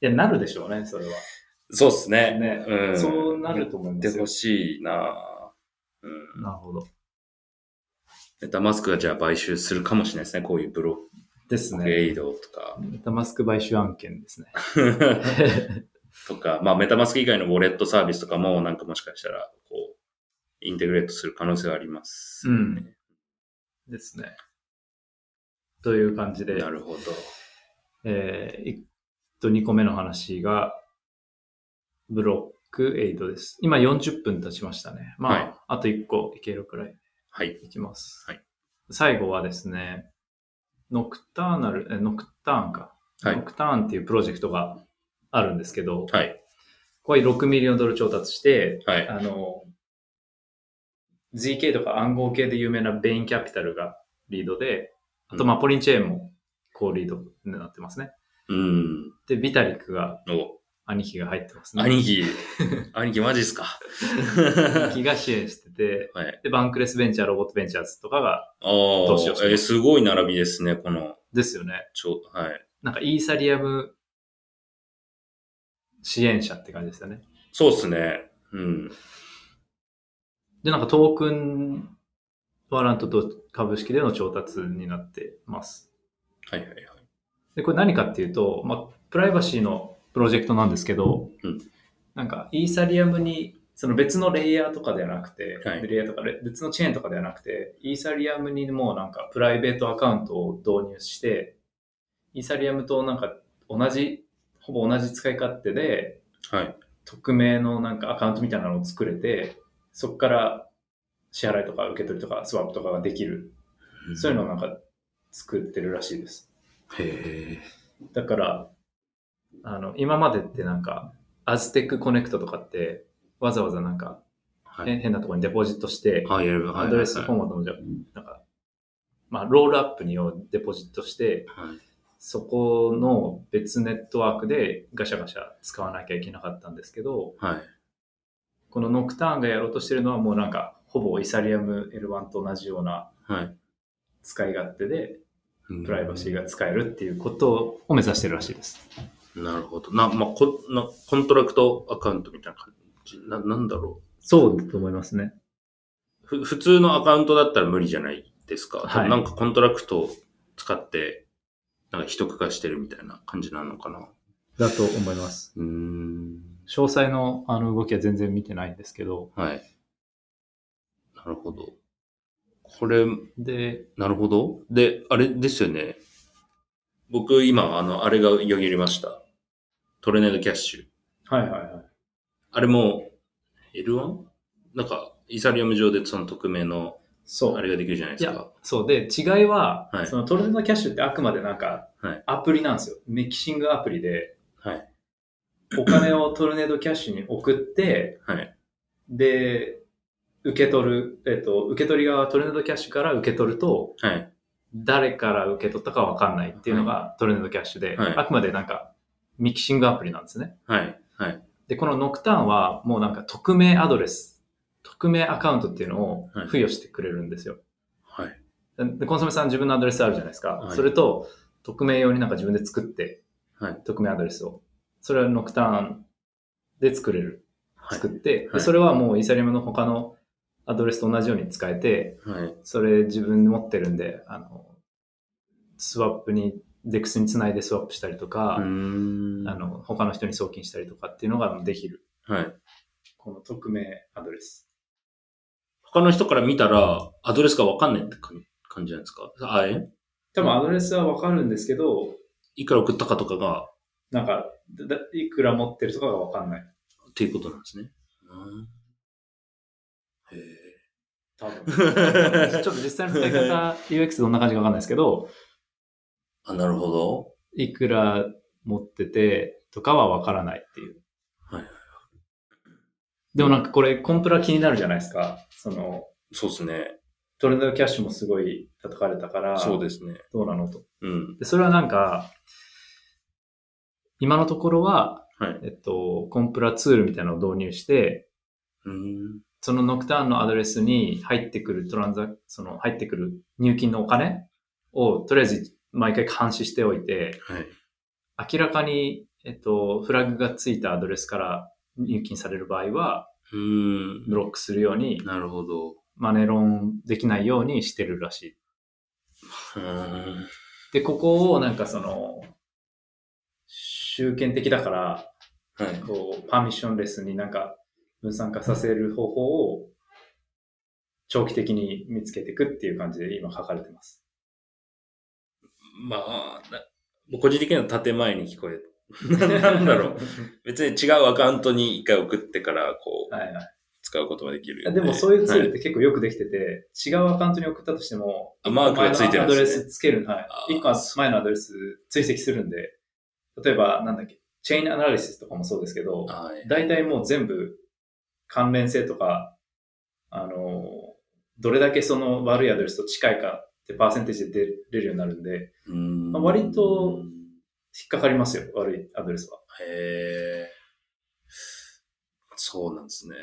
や、なるでしょうね、それは。 そうですね。 ね、うん。そうなると思いますよ。 やってほしいな、 うん、なるほど。 メタマスクがじゃあ買収するかもしれないですね。こういうブロック。 ですね。 エイドとか。 メタマスク買収案件ですね。 とか、まあメタマスク以外のウォレットサービスとかもなんかもしかしたら、こう、インテグレートする可能性があります、 ね。うん。ですね。という感じで。 なるほど。 えー、いっとにこめの話が、ブロックエイドです。今よんじゅっぷん経ちましたね。まあ、はい、あといっこいけるくらい。 はい。 いきます。 はい。 最後はですね、ノクターナル、え、ノクターンか。はい。ノクターンっていうプロジェクトがあるんですけど、 はい。 これろくミリオンドル調達して、 はい。 あの、ゼーケー とか暗号系で有名なベインキャピタルがリードで、あと、まあ、ポリンチェーンもコーリードになってますね。 うん。 で、ビタリックが、兄貴が入ってますね。 兄貴兄貴マジっすか兄貴が支援してて、はい、で、バンクレスベンチャー、ロボットベンチャーズとかが投資をしてます。えー、すごい並びですね、この。 ですよね。 ちょ、はい。 なんかイーサリアム支援者って感じですよね。 そうですね。うん。 で、なんかトークンワラントと株式での調達になってます。 はいはいはい。 で、これ何かっていうと、まあ、プライバシーのプロジェクトなんですけど、 うん、 なんかイーサリアムに、その別のレイヤーとかではなくて、 はい、 レイヤーとか別のチェーンとかではなくて、イーサリアムにもなんかプライベートアカウントを導入して、イーサリアムとなんか同じ、ほぼ同じ使い勝手で、 はい、 匿名のなんかアカウントみたいなのを作れて、そこから支払いとか受け取りとかスワップとかができる。うん、そういうのをなんか作ってるらしいです。 へー。だから、あの、今までってなんか、アズテックコネクトとかって、わざわざなんか、はい、変なところにデポジットして、はい、アドレスフォーマットもじゃ、なんか、まあ、ロールアップにをデポジットして、はい、そこの別ネットワークでガシャガシャ使わなきゃいけなかったんですけど、 はい、 このノクターンがやろうとしてるのはもうなんか、ほぼイサリアム エルワン と同じような使い勝手で、プライバシーが使えるっていうことを目指してるらしいです。 なるほど。な、まあ、こなコントラクトアカウントみたいな感じ。な、なんだろう。 そうだと思いますね。 ふ、普通のアカウントだったら無理じゃないですか。はい、なんかコントラクトを使って、なんか秘匿化してるみたいな感じなのかな。 だと思います。 うーん。 詳細のあの動きは全然見てないんですけど。 はい。なるほど。これ、 で、 なるほど。で、あれですよね。僕今、あの、あれがよぎりました。トルネードキャッシュ。 はいはいはい。 あれも、エルワン? なんか、イーサリアム上でその匿名の、あれができるじゃないですか。いや、 そうで、違いは、はい、そのトルネードキャッシュってあくまでなんか、アプリなんですよ。ミキシングアプリで、 はい、 お金をトルネードキャッシュに送って、 はい、 で、受け取る、えっと、受け取り側はトルネードキャッシュから受け取ると、 はい、 誰から受け取ったかわかんないっていうのがトルネードキャッシュで、はい、あくまでなんか、ミキシングアプリなんですね。 はい、はい。 で、このノクターンはもうなんか匿名アドレス、匿名アカウントっていうのを付与してくれるんですよ。 はい。 で、コンソメさん自分のアドレスあるじゃないですか。はい、それと、匿名用になんか自分で作って、はい、匿名アドレスを。それはノクターンで作れる。作って、はい、で、それはもうイーサリアムの他のアドレスと同じように使えて、はい、それ自分で持ってるんで、あの、スワップに、デックスにつないでスワップしたりとか、あの、他の人に送金したりとかっていうのができる。 はい。 この匿名アドレス。 他の人から見たら、アドレスがわかんないって感じなんですか？あえ多分アドレスはわかるんですけど、 いくら送ったかとかが、 なんか、いくら持ってるとかがわかんない。 っていうことなんですね。うん、へえ。 多分。ちょっと実際の使い方、ユーエックス どんな感じかわかんないですけど、 あ、なるほど。 いくら持っててとかはわからないっていう。 はい。 でもなんかこれコンプラ気になるじゃないですか。その、 そうですね。 トレンドキャッシュもすごい叩かれたから、 そうですね。 どうなのと。 うん。 で、それはなんか、今のところは、 はい、 えっと、コンプラツールみたいなのを導入して、 うん、 そのノクターンのアドレスに入ってくるトランザ、その入ってくる入金のお金をとりあえず毎回監視しておいて、 はい、 明らかにえっと、フラグがついたアドレスから入金される場合は、 うーんブロックするように、 なるほど。 マネロンできないようにしてるらしい。 うーんで、ここをなんかその、集権的だから、 はい、 こう、パーミッションレスになんか分散化させる方法を長期的に見つけていくっていう感じで今書かれてます。 まあ、個人的には建前に聞こえる。なんだろう。別に違うアカウントに一回送ってから、こう、はいはい、使うことができる。 でもそういうツールって結構よくできてて、はい、違うアカウントに送ったとしても、 マークがついてるんですね。 アドレスつける。はい。一個前のアドレス追跡するんで、例えばなんだっけ、チェーンアナリシスとかもそうですけど、はい、大体もう全部関連性とか、あの、どれだけその悪いアドレスと近いかってパーセンテージで出れるようになるんで、うんまあ、割と引っかかりますよ、悪いアドレスは。 へー。そうなんですね。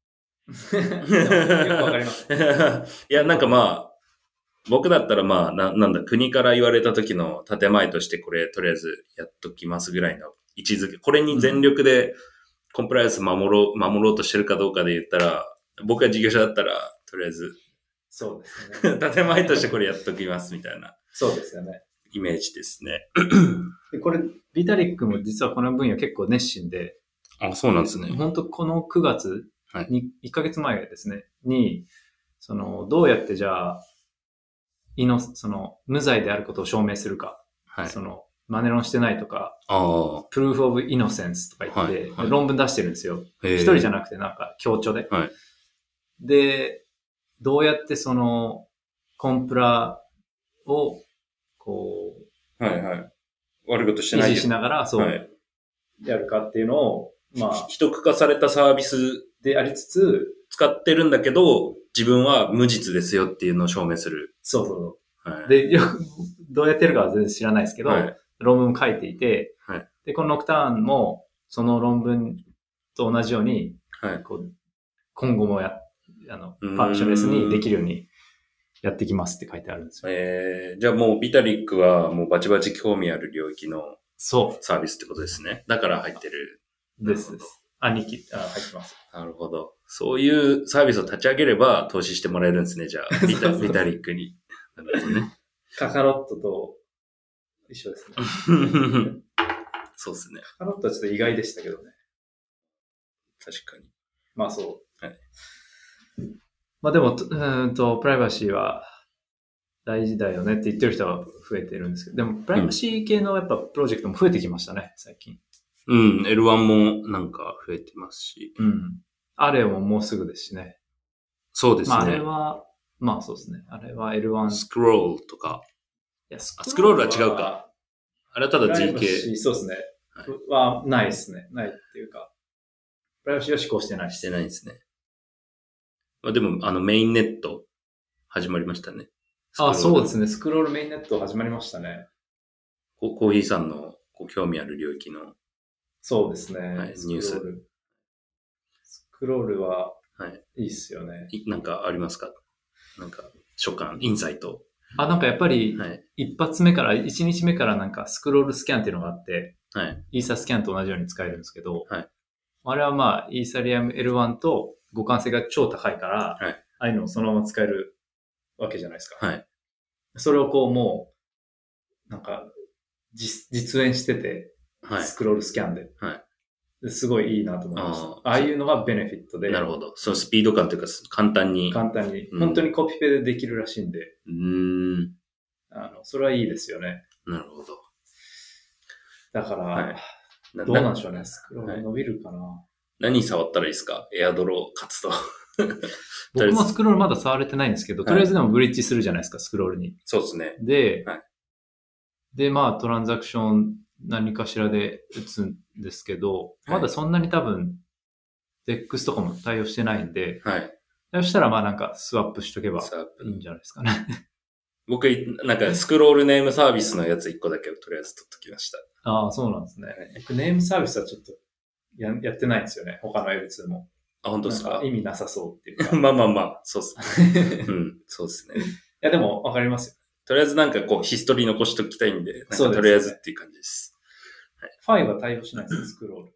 よくわかります。 いや、なんかまあ、僕だったらまあ、な、なんだ、国から言われた時の建前としてこれとりあえずやっときますぐらいの位置づけ。これに全力でコンプライアンス守ろう、守ろうとしてるかどうかで言ったら、僕が事業者だったら、とりあえず、 そうですね。 建前としてこれやっときますみたいな。 そうですよね。 イメージですね。 でこれ、ビタリックも実はこの分野結構熱心で。 あ、そうなんですね。 本当このくがつに、はい、いっかげつまえですね、に、その、どうやってじゃあ、いの、その、無罪であることを証明するか。はい、その、マネロンしてないとか、プルーフオブイノセンスとか言って、はいはい、論文出してるんですよ。一人じゃなくてなんか、協調で。はい、で、どうやってその、コンプラを、こう、はいはい。悪いことしてない。 維持しながら、そう、はい、やるかっていうのを、まあ。 秘匿化されたサービスでありつつ、 使ってるんだけど、自分は無実ですよっていうのを証明する。 そうそう。はい、で、よく、どうやってるかは全然知らないですけど、はい、論文書いていて、はい、で、このノクターンも、その論文と同じように、はい、こう今後もや、あの、パーミッションレスにできるようにやっていきますって書いてあるんですよ。 えー、じゃあもうビタリックはもうバチバチ興味ある領域のサービスってことですね。だから入ってる。 ですです。あ、にき、あ、入ってます。 なるほど。そういうサービスを立ち上げれば投資してもらえるんですね、じゃあ。ビタ、ビタリックに。なるほどね。 カカロットと一緒ですね。 そうですね。 カカロットはちょっと意外でしたけどね。 確かに。 まあそう。はい。まあでも、うんと、プライバシーは大事だよねって言ってる人は増えてるんですけど、でもプライバシー系のやっぱプロジェクトも増えてきましたね、最近。 うん、エルワン もなんか増えてますし。 うん。あれももうすぐですしね。 そうですね。 まああれは、まあそうですね。あれは エルワン。 スクロールとか。 いや、 スクロールは違うか。あれはただ ジーケー。 そうですね。はい、はないですね。ないっていうか。プライバシーは施行してない。 してないですね。まあでも、あのメインネット始まりましたね。 あ、そうですね。スクロールメインネット始まりましたね。 コーヒーさんのこう興味ある領域の。 そうですね。 はい、ニュース。 スクロールは、はい。いいっすよね。 なんかありますか？なんか、所感、インサイト。 あ、なんかやっぱり、一発目から、一日目からなんかスクロールスキャンっていうのがあって、はい。イーサスキャンと同じように使えるんですけど、はい。あれはまあ、イーサリアム エルワン と互換性が超高いから、はい。ああいうのをそのまま使えるわけじゃないですか。はい。それをこうもう、なんか、実、実演してて、はい。スクロールスキャンで。はい。すごいいいなと思いました。あ, ああいうのがベネフィットで。 なるほど。そのスピード感というか、簡単に。 簡単に。うん、本当にコピペでできるらしいんで。 うーん。 あの、それはいいですよね。 なるほど。 だから、はい、どうなんでしょうね。スクロール伸びるかな。はい、 何触ったらいいですか？エアドロー活動。 僕もスクロールまだ触れてないんですけど、とりあえずでもブリッジするじゃないですか、スクロールに。 そうですね。 で、はい、で、まあトランザクション何かしらで打つんですけど、まだそんなに多分、デックス とかも対応してないんで、はい。そしたらまあなんかスワップしとけばいいんじゃないですかね。 僕、なんかスクロールネームサービスのやつ一個だけをとりあえず取っときました。 ああ、そうなんですね。僕ネームサービスはちょっとややってないんですよね。他の エルツー も。 あ、本当ですか？ 意味なさそうっていうか。 まあまあまあ、そうっすね。うん、そうですね。いやでもわかりますよ。 とりあえずなんかこうヒストリー残しときたいんで、なんかとりあえずっていう感じです。 ファイは対応しないですよ、スクロール。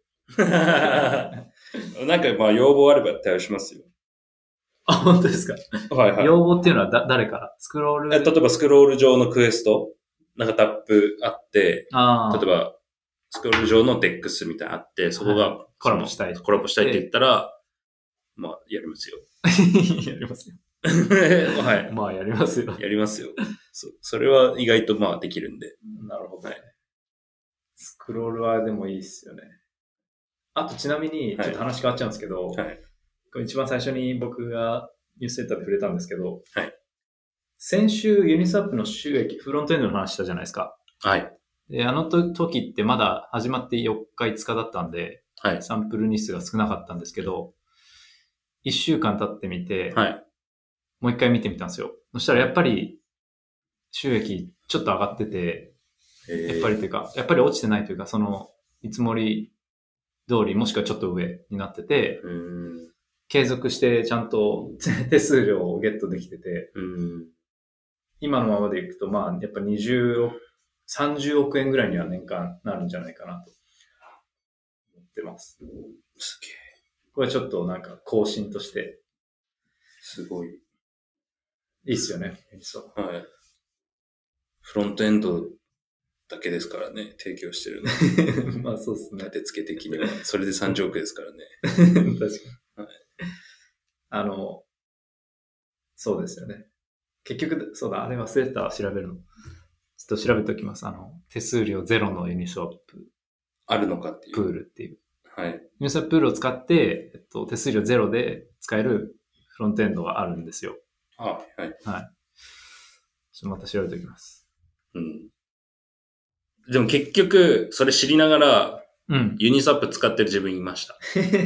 なんかまあ要望あれば対応しますよ。 あ、本当ですか？はいはい。要望っていうのはだ誰からスクロール？ 例えばスクロール上のクエスト、なんかタップあって、あ例えばスクロール上のデックスみたいなのあって、そこが、はい、 コラボしたい。 コラボしたいって言ったら、まあやりますよ。 やりますよ。 はい。 まあやりますよ。 やりますよ。そ, それは意外とまあできるんで。 なるほど、ね。はい。スクロールはでもいいっすよね。あとちなみに、ちょっと話変わっちゃうんですけど、はい、これ一番最初に僕がニュースセンターで触れたんですけど、はい、先週ユニスワップの収益、フロントエンドの話したじゃないですか。はい。で、あの時ってまだ始まってよっかいつかだったんで、はい、サンプル日数が少なかったんですけど、いっしゅうかん経ってみて、はい、もう一回見てみたんですよ。そしたらやっぱり収益ちょっと上がってて、やっぱりというか、やっぱり落ちてないというか、その見積もり通りもしくはちょっと上になってて、うん継続してちゃんと手数料をゲットできてて、うん今のままでいくと、まあ、やっぱにじゅうおく、さんじゅうおくえんぐらいには年間なるんじゃないかなと思ってます。 すげえ。 これちょっとなんか更新として。 すごい。いいいっすよね。 そう。はい。フロントエンドだけですからね、提供してるの。まあそうですね。 立て付け的には。それでさんじゅうおくですからね。 確かに。はい。あの、そうですよね。結局、そうだ、あれ忘れてた、調べるの。ちょっと調べておきます。あの、手数料ゼロのユニスワップ。 あるのかっていう。 プールっていう。 はい。 ユニスワッププールを使って、えっと、手数料ゼロで使えるフロントエンドがあるんですよ。 あ、はい。はい。 ちょっとまた調べておきます。 うん。でも結局、それ知りながら、うん。ユニスワップ使ってる自分いました。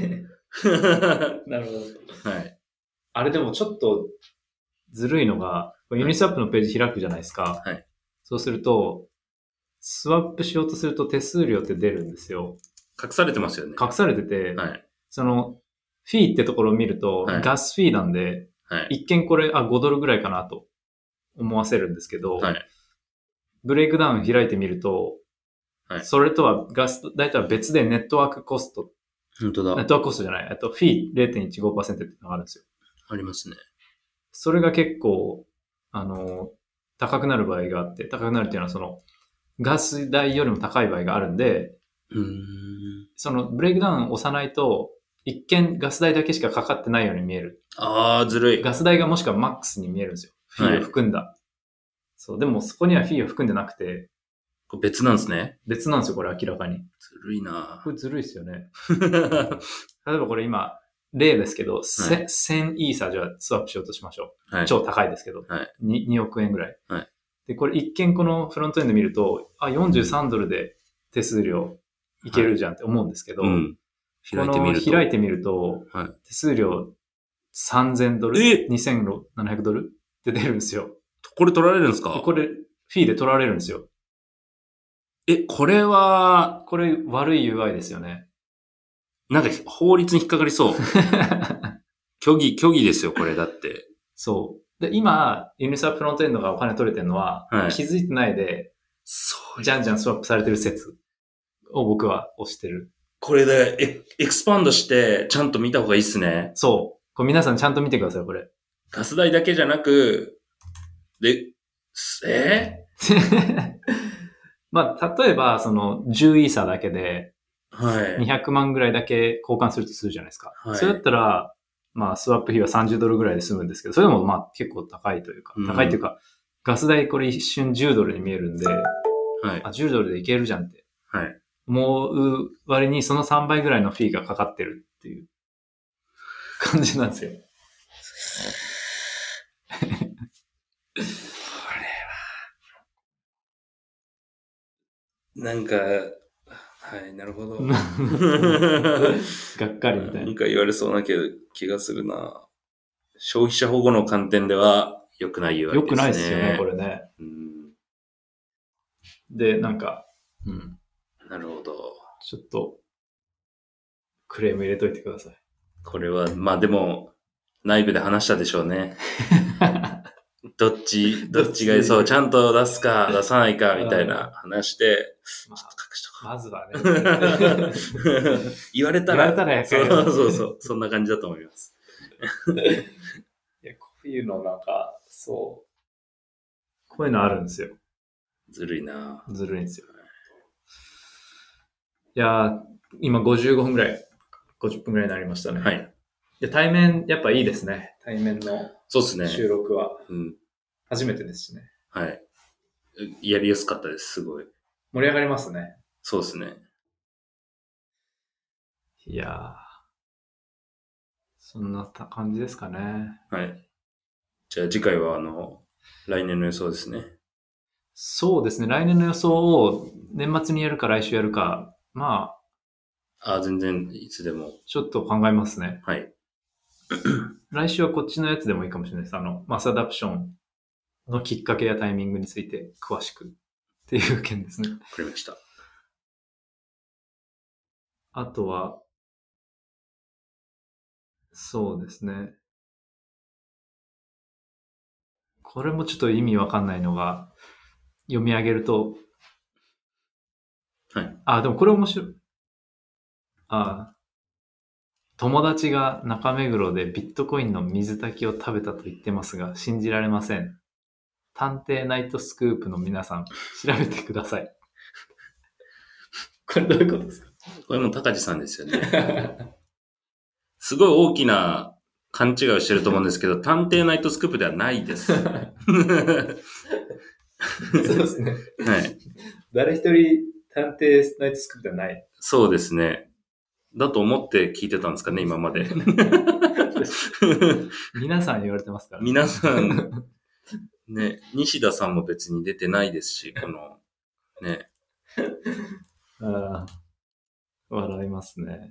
なるほど。はい。あれでもちょっと、ずるいのが、ユニスワップのページ開くじゃないですか。はい。そうすると、スワップしようとすると手数料って出るんですよ。 隠されてますよね。 隠されてて、はい。その、フィーってところを見ると、はい、ガスフィーなんで、はい。一見これ、あ、ごドルぐらいかなと思わせるんですけど、はい。ブレイクダウン開いてみると、はい。それとは、ガス代とは別でネットワークコスト。 本当だ。 ネットワークコストじゃない。あと、フィー ゼロてんいちごパーセント っていうのがあるんですよ。 ありますね。 それが結構、あの、高くなる場合があって、高くなるっていうのはその、ガス代よりも高い場合があるんで、うーんそのブレイクダウンを押さないと、一見ガス代だけしかかかってないように見える。 ああ、ずるい。 ガス代がもしくはマックスに見えるんですよ。フィーを含んだ。はい、そう、でもそこにはフィーを含んでなくて。 これ別なんですね。 別なんですよ、これ明らかに。 ずるいなこれずるいですよね。例えばこれ今、例ですけど、はい、せんイーサじゃあスワップしようとしましょう。はい、超高いですけど、はい、に, におくえんぐらい、はい。で、これ一見このフロントエンド見ると、あ、よんじゅうさんドルで手数料いけるじゃんって思うんですけど、はいうん、開いてみると、開いてみると、はい、手数料さんぜんドル、にせんななひゃくドルって出るんですよ。 これ取られるんですか？ これ、フィーで取られるんですよ。 え、これは、 これ悪い ユーアイ ですよね。 なんか法律に引っかかりそう。虚偽、虚偽ですよ、これだって。 そう。で、今、ユニスワップフロントエンドがお金取れてるのは、はい、気づいてないで、そうじゃんじゃんスワップされてる説を僕は推してる。 これでエ、エクスパンドして、ちゃんと見た方がいいっすね。 そう。これ皆さんちゃんと見てください、これ。 ガス代だけじゃなく、で、えー、 まあ、例えば、その、じゅうイーサだけで、はい。にひゃくまんぐらいだけ交換するとするじゃないですか。はい。それだったら、まあ、スワップ費はさんじゅうドルぐらいで済むんですけど、それでもまあ、結構高いというか、うん、高いというか、ガス代これ一瞬じゅうドルに見えるんで、はい。あ、じゅうドルでいけるじゃんって。はい。思う割にそのさんばいぐらいのフィーがかかってるっていう感じなんですよ。これは。 なんか、はい、なるほど。がっかりみたいな。 なんか言われそうな気がするな。消費者保護の観点では良くない言われですね。 良くないですよね、これね。うん、で、なんか、うん。 なるほど。 ちょっと、クレーム入れといてください。 これは、まあでも、内部で話したでしょうね。 どっち、どっちがいいそう、ちゃんと出すか、出さないか、みたいな話で、 まあ、 ちょっと隠しとこう。まずはね。 言われたら、 言われたらやそうそうそう、そんな感じだと思います。 いや、こういうのなんか、そう。こういうのあるんですよ。 ずるいなずるいんですよ。いや今ごじゅうごふんぐらい、ごじゅっぷんぐらいになりましたね。 はい。 で対面、やっぱいいですね。対面の収録は。 うん。 初めてですしね。 はい。やりやすかったです、すごい。 盛り上がりますね。 そうですね。 いやー。そんな感じですかね。 はい。じゃあ次回はあの、来年の予想ですね。 そうですね。来年の予想を年末にやるか来週やるか、まあ。あ、全然いつでも。 ちょっと考えますね。 はい。 来週はこっちのやつでもいいかもしれないです。あの、マスアダプションのきっかけやタイミングについて詳しくっていう件ですね。わかりました。 あとは、そうですね。これもちょっと意味わかんないのが、読み上げると、 はい。 あ、でもこれ面白い。あ、友達が中目黒でビットコインの水炊きを食べたと言ってますが、信じられません。探偵ナイトスクープの皆さん、調べてください。これどういうことですか？ これも高地さんですよね。すごい大きな勘違いをしてると思うんですけど、探偵ナイトスクープではないです。そうですね。 はい。 誰一人探偵ナイトスクープではない。 そうですね。だと思って聞いてたんですかね、今まで。 皆さん言われてますから、 ね。皆さん、ね、西田さんも別に出てないですし、この、ね。 ああ、笑いますね。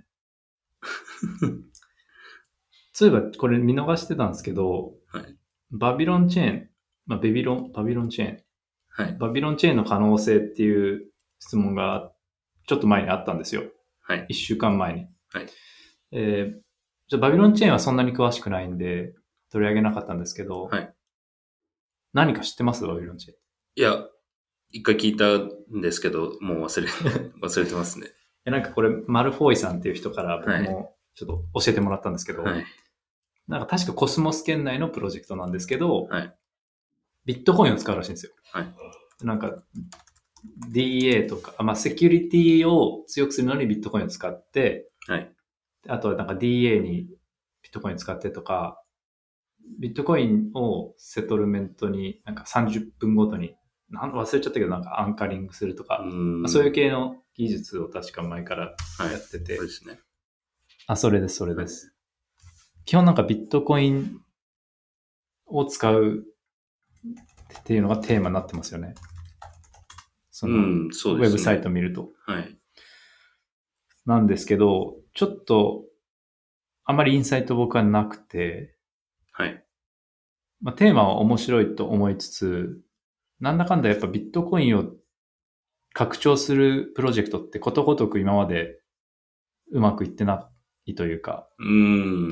そういえばこれ見逃してたんですけど、 はい、 バビロンチェーン、まあ、ベビロン、バビロンチェーン、 はい、 バビロンチェーンの可能性っていう質問がちょっと前にあったんですよ。 はい。 一週間前に。 はい。 えー、じゃバビロンチェーンはそんなに詳しくないんで取り上げなかったんですけど、 はい。 何か知ってますバビロンチェーン。 いや、一回聞いたんですけど、もう忘れ、忘れてますね。 なんかこれ、マルフォイさんっていう人から僕もちょっと教えてもらったんですけど、はい、なんか確かコスモス圏内のプロジェクトなんですけど、はい、ビットコインを使うらしいんですよ。はい、なんか ディーエー とか、まあ、セキュリティを強くするのにビットコインを使って、はい、あとはなんか ディーエー にビットコインを使ってとか、ビットコインをセトルメントになんかさんじゅっぷんごとに、なん忘れちゃったけどなんかアンカリングするとか、まあ、そういう系の技術を確か前からやってて。はい、そうですね。あ、それです、それです。はい、基本なんかビットコインを使うっていうのがテーマになってますよね。その、うん、そうですね、ウェブサイト見ると。はい。なんですけど、ちょっと、あまりインサイト僕はなくて、はい。まあ、テーマは面白いと思いつつ、なんだかんだやっぱビットコインを拡張するプロジェクトってことごとく今までうまくいってないというか、うん。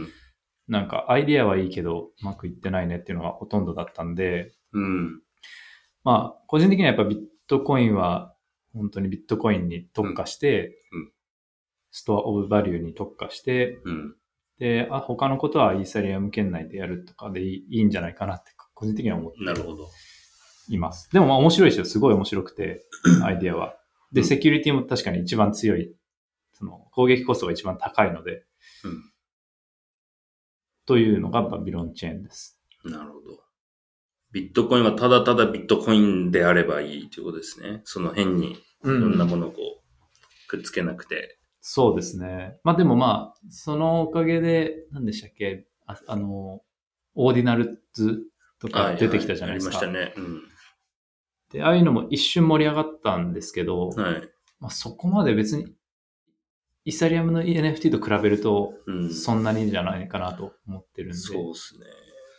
なんかアイディアはいいけどうまくいってないねっていうのがほとんどだったんで、うん。まあ、個人的にはやっぱビットコインは本当にビットコインに特化して、うんうん、ストアオブバリューに特化して、うん、で、あ、他のことはイーサリアム圏内でやるとかでいい、いいんじゃないかなって個人的には思っています。でもまあ面白いですよ。すごい面白くて、アイディアは。で、セキュリティも確かに一番強い、その攻撃コストが一番高いので、うん、というのがバビロンチェーンです。 なるほど。ビットコインはただただビットコインであればいいということですね。その変にいろんなものをこうくっつけなくて。うん、 そうですね。まあでもまあ、そのおかげで、何でしたっけ、あ, あの、オーディナルズとか出てきたじゃないですか。 はいはい、ありましたね。うん。 で、ああいうのも一瞬盛り上がったんですけど、はい、まあそこまで別に、イーサリアムの エヌエフティー と比べると、そんなにじゃないかなと思ってるんで。うん、 そうですね。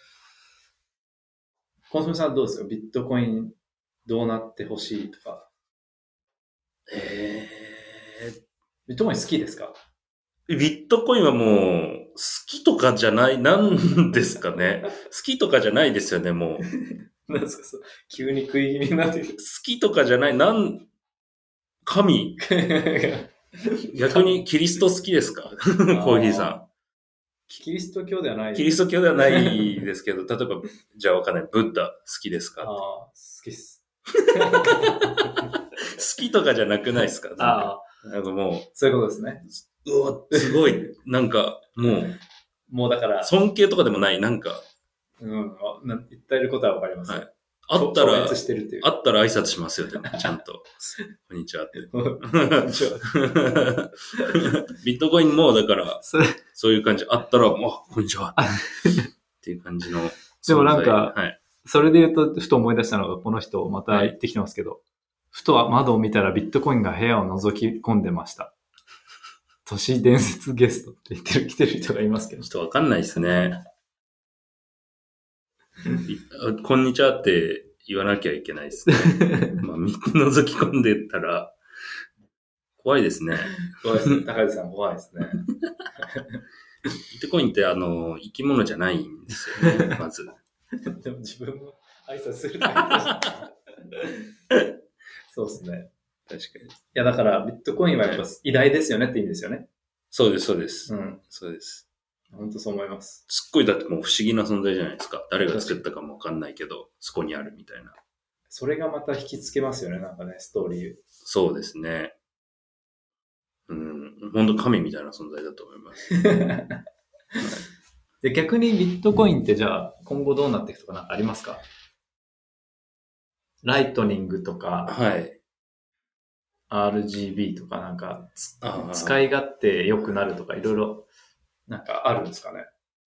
コンソメさんどうですか？ビットコインどうなってほしいとか。 えー、ビットコイン好きですか？ ビットコインはもうきとかじゃない、なんですかね。好きとかじゃないですよね、もう。なんですか、そう。急に食い気味になってる。 好きとかじゃない、なん、神逆にキリスト好きですかコーヒーさん。 キリスト教ではない。 キリスト教ではないですけど、例えば、じゃあわかんない。ブッダ好きですかああ、 好きっす。 好きとかじゃなくないですかああ。なんかもう。 そういうことですね。 うわ、すごい。なんか、もう。 もうだから。 尊敬とかでもない、なんか。 うん。言ってることはわかります。はい。 あったら、あったら挨拶しますよ、でも、ちゃんと。こんにちはって。こんにちは。ビットコインも、だから、そ, そういう感じ。あったら、もう、こんにちは。っていう感じの。 でもなんか、はい、それで言うと、ふと思い出したのが、この人、また言ってきてますけど、はい、ふと窓を見たらビットコインが部屋を覗き込んでました。都市伝説ゲストって言ってる、来てる人がいますけど。 ちょっとわかんないですね。こんにちはって言わなきゃいけないですね。まあ、覗き込んでったら、怖いですね。 怖いですね。高橋さん怖いですね。 ビットコインってあの、生き物じゃないんですよね、まず。 でも自分も挨拶するだけそうですね。 確かに。いや、だからビットコインはやっぱ偉大ですよねって意味ですよね。 そうです、そうです。 うん。 そうです。 本当そう思います。 すっごいだってもう不思議な存在じゃないですか。誰が作ったかもわかんないけど、そこにあるみたいな。 それがまた引きつけますよね、なんかね、ストーリー。 そうですね。うん、本当神みたいな存在だと思います。 で、逆にビットコインってじゃあ今後どうなっていくとかなんかありますか？ライトニングとか、 はい。 アールジービー とかなんか、使い勝手良くなるとかいろいろなんかあるんですかね？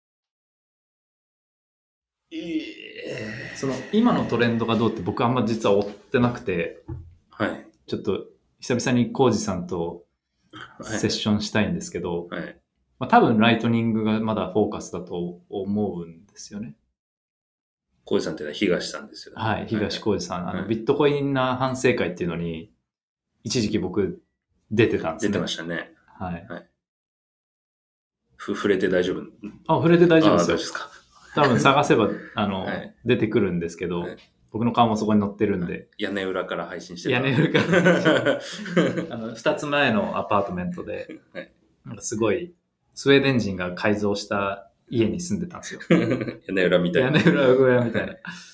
えー、その今のトレンドがどうって僕あんま実は追ってなくて、 はい。 ちょっと久々にコウジさんとセッションしたいんですけど、 はいはいまあ、多分ライトニングがまだフォーカスだと思うんですよね。 コウジさんってのは東さんですよね。 はい、東コウジさん。はい、あの、ビットコインな反省会っていうのに、一時期僕出てたんですね。 出てましたね。 はい。はい、 ふ、触れて大丈夫？ あ、触れて大丈夫ですよ。 あ、大丈夫ですか。 多分探せば、あの、はい、出てくるんですけど、はい、僕の顔もそこに載ってるんで。 屋根裏から配信してる。 屋根裏からあの、二つ前のアパートメントで、はい、なんかすごい、スウェーデン人が改造した家に住んでたんですよ。 屋根裏みたいな。 屋根裏小屋みたいな。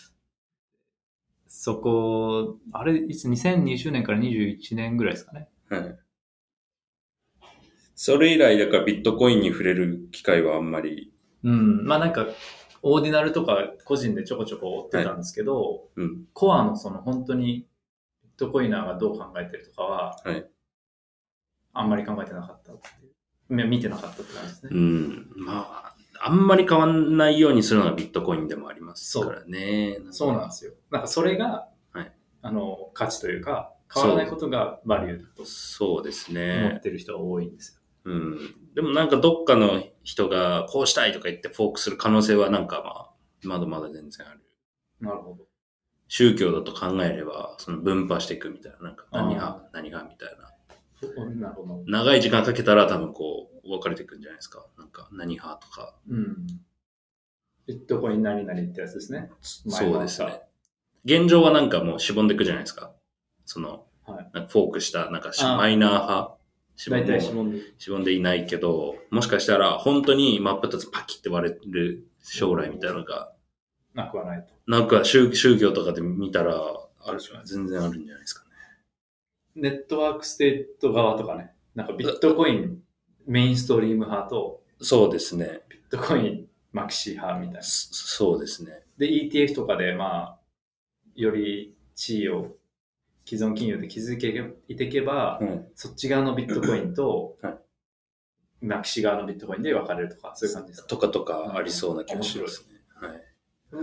そこ、あれ、いつにせんにじゅうねんからにじゅういちねんぐらいですかね。 はい。それ以来、だからビットコインに触れる機会はあんまり。 うん。まあなんか、オーディナルとか個人でちょこちょこ追ってたんですけど、はいうん、コアのその本当にビットコイナーがどう考えてるとかは、はい、あんまり考えてなかったっていう。見てなかったって感じですね。 うん。まあ、あんまり変わんないようにするのがビットコインでもありますからね。 そう、そうなんですよ。なんかそれが、はい、あの、価値というか、変わらないことがバリューだと。 そうですね。 思ってる人が多いんですよ。 うん。でもなんかどっかの人がこうしたいとか言ってフォークする可能性はなんかまあ、まだまだ全然ある。 なるほど。 宗教だと考えれば、その分派していくみたいな、なんか何派、何派みたいな。 なるほど。 長い時間かけたら多分こう、分かれていくんじゃないですか。なんか何派とか。 うん。ビットコイン何々ってやつですね。 そうですね。現状はなんかもうしぼんでいくじゃないですか。その、はい、なんかフォークした、なんかマイナー派。 大体しぼんでしぼんでいないけど、もしかしたら本当に真っ二つパキって割れる将来みたいなのが、 なくはないと。 なんか宗教とかで見たら、あるじゃない全然あるんじゃないですかね。 ネットワークステート側とかね。なんかビットコインメインストリーム派と、 そうですね。 ビットコインマキシ派みたいな。 そうですね。 で、イーティーエフ とかで、まあ、より地位を既存金融で築けていけば、うん、そっち側のビットコインと、はい、マキシ側のビットコインで分かれるとか、そういう感じですか。 とかとかありそうな気がしますね。はい。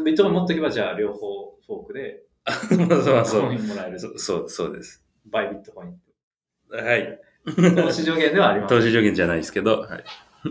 ビットコイン持っておけば、じゃあ両方フォークで、 そうそう。 コインもらえる。 そう、そうです。 バイビットコイン。 はい。 投資上限ではあります。 投資上限じゃないですけど、はい。はい。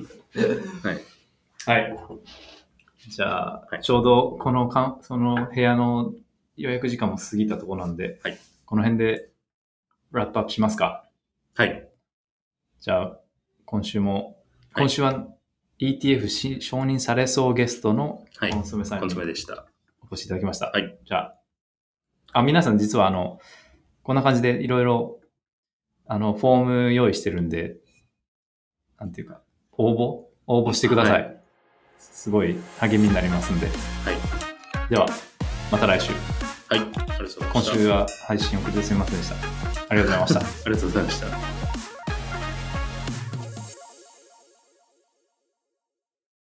はい。じゃあ、はい、ちょうどこのかん、その部屋の予約時間も過ぎたところなんで、はい、この辺でラップアップしますか。 はい。 じゃあ、今週も、今週はイーティーエフ し承認されそうゲストのはいコンソメさんコンにソメでした。 お越しいただきました。 はい。 じゃあ、あ、皆さん実はあの、こんな感じでいろいろ、あの、フォーム用意してるんで、なんていうか、応募応募してください。はい、すごい励みになりますんで。 はい。 では、また来週。 はい。ありがとうございました。 今週は配信遅れてすみませんでした。ありがとうございました。ありがとうございました。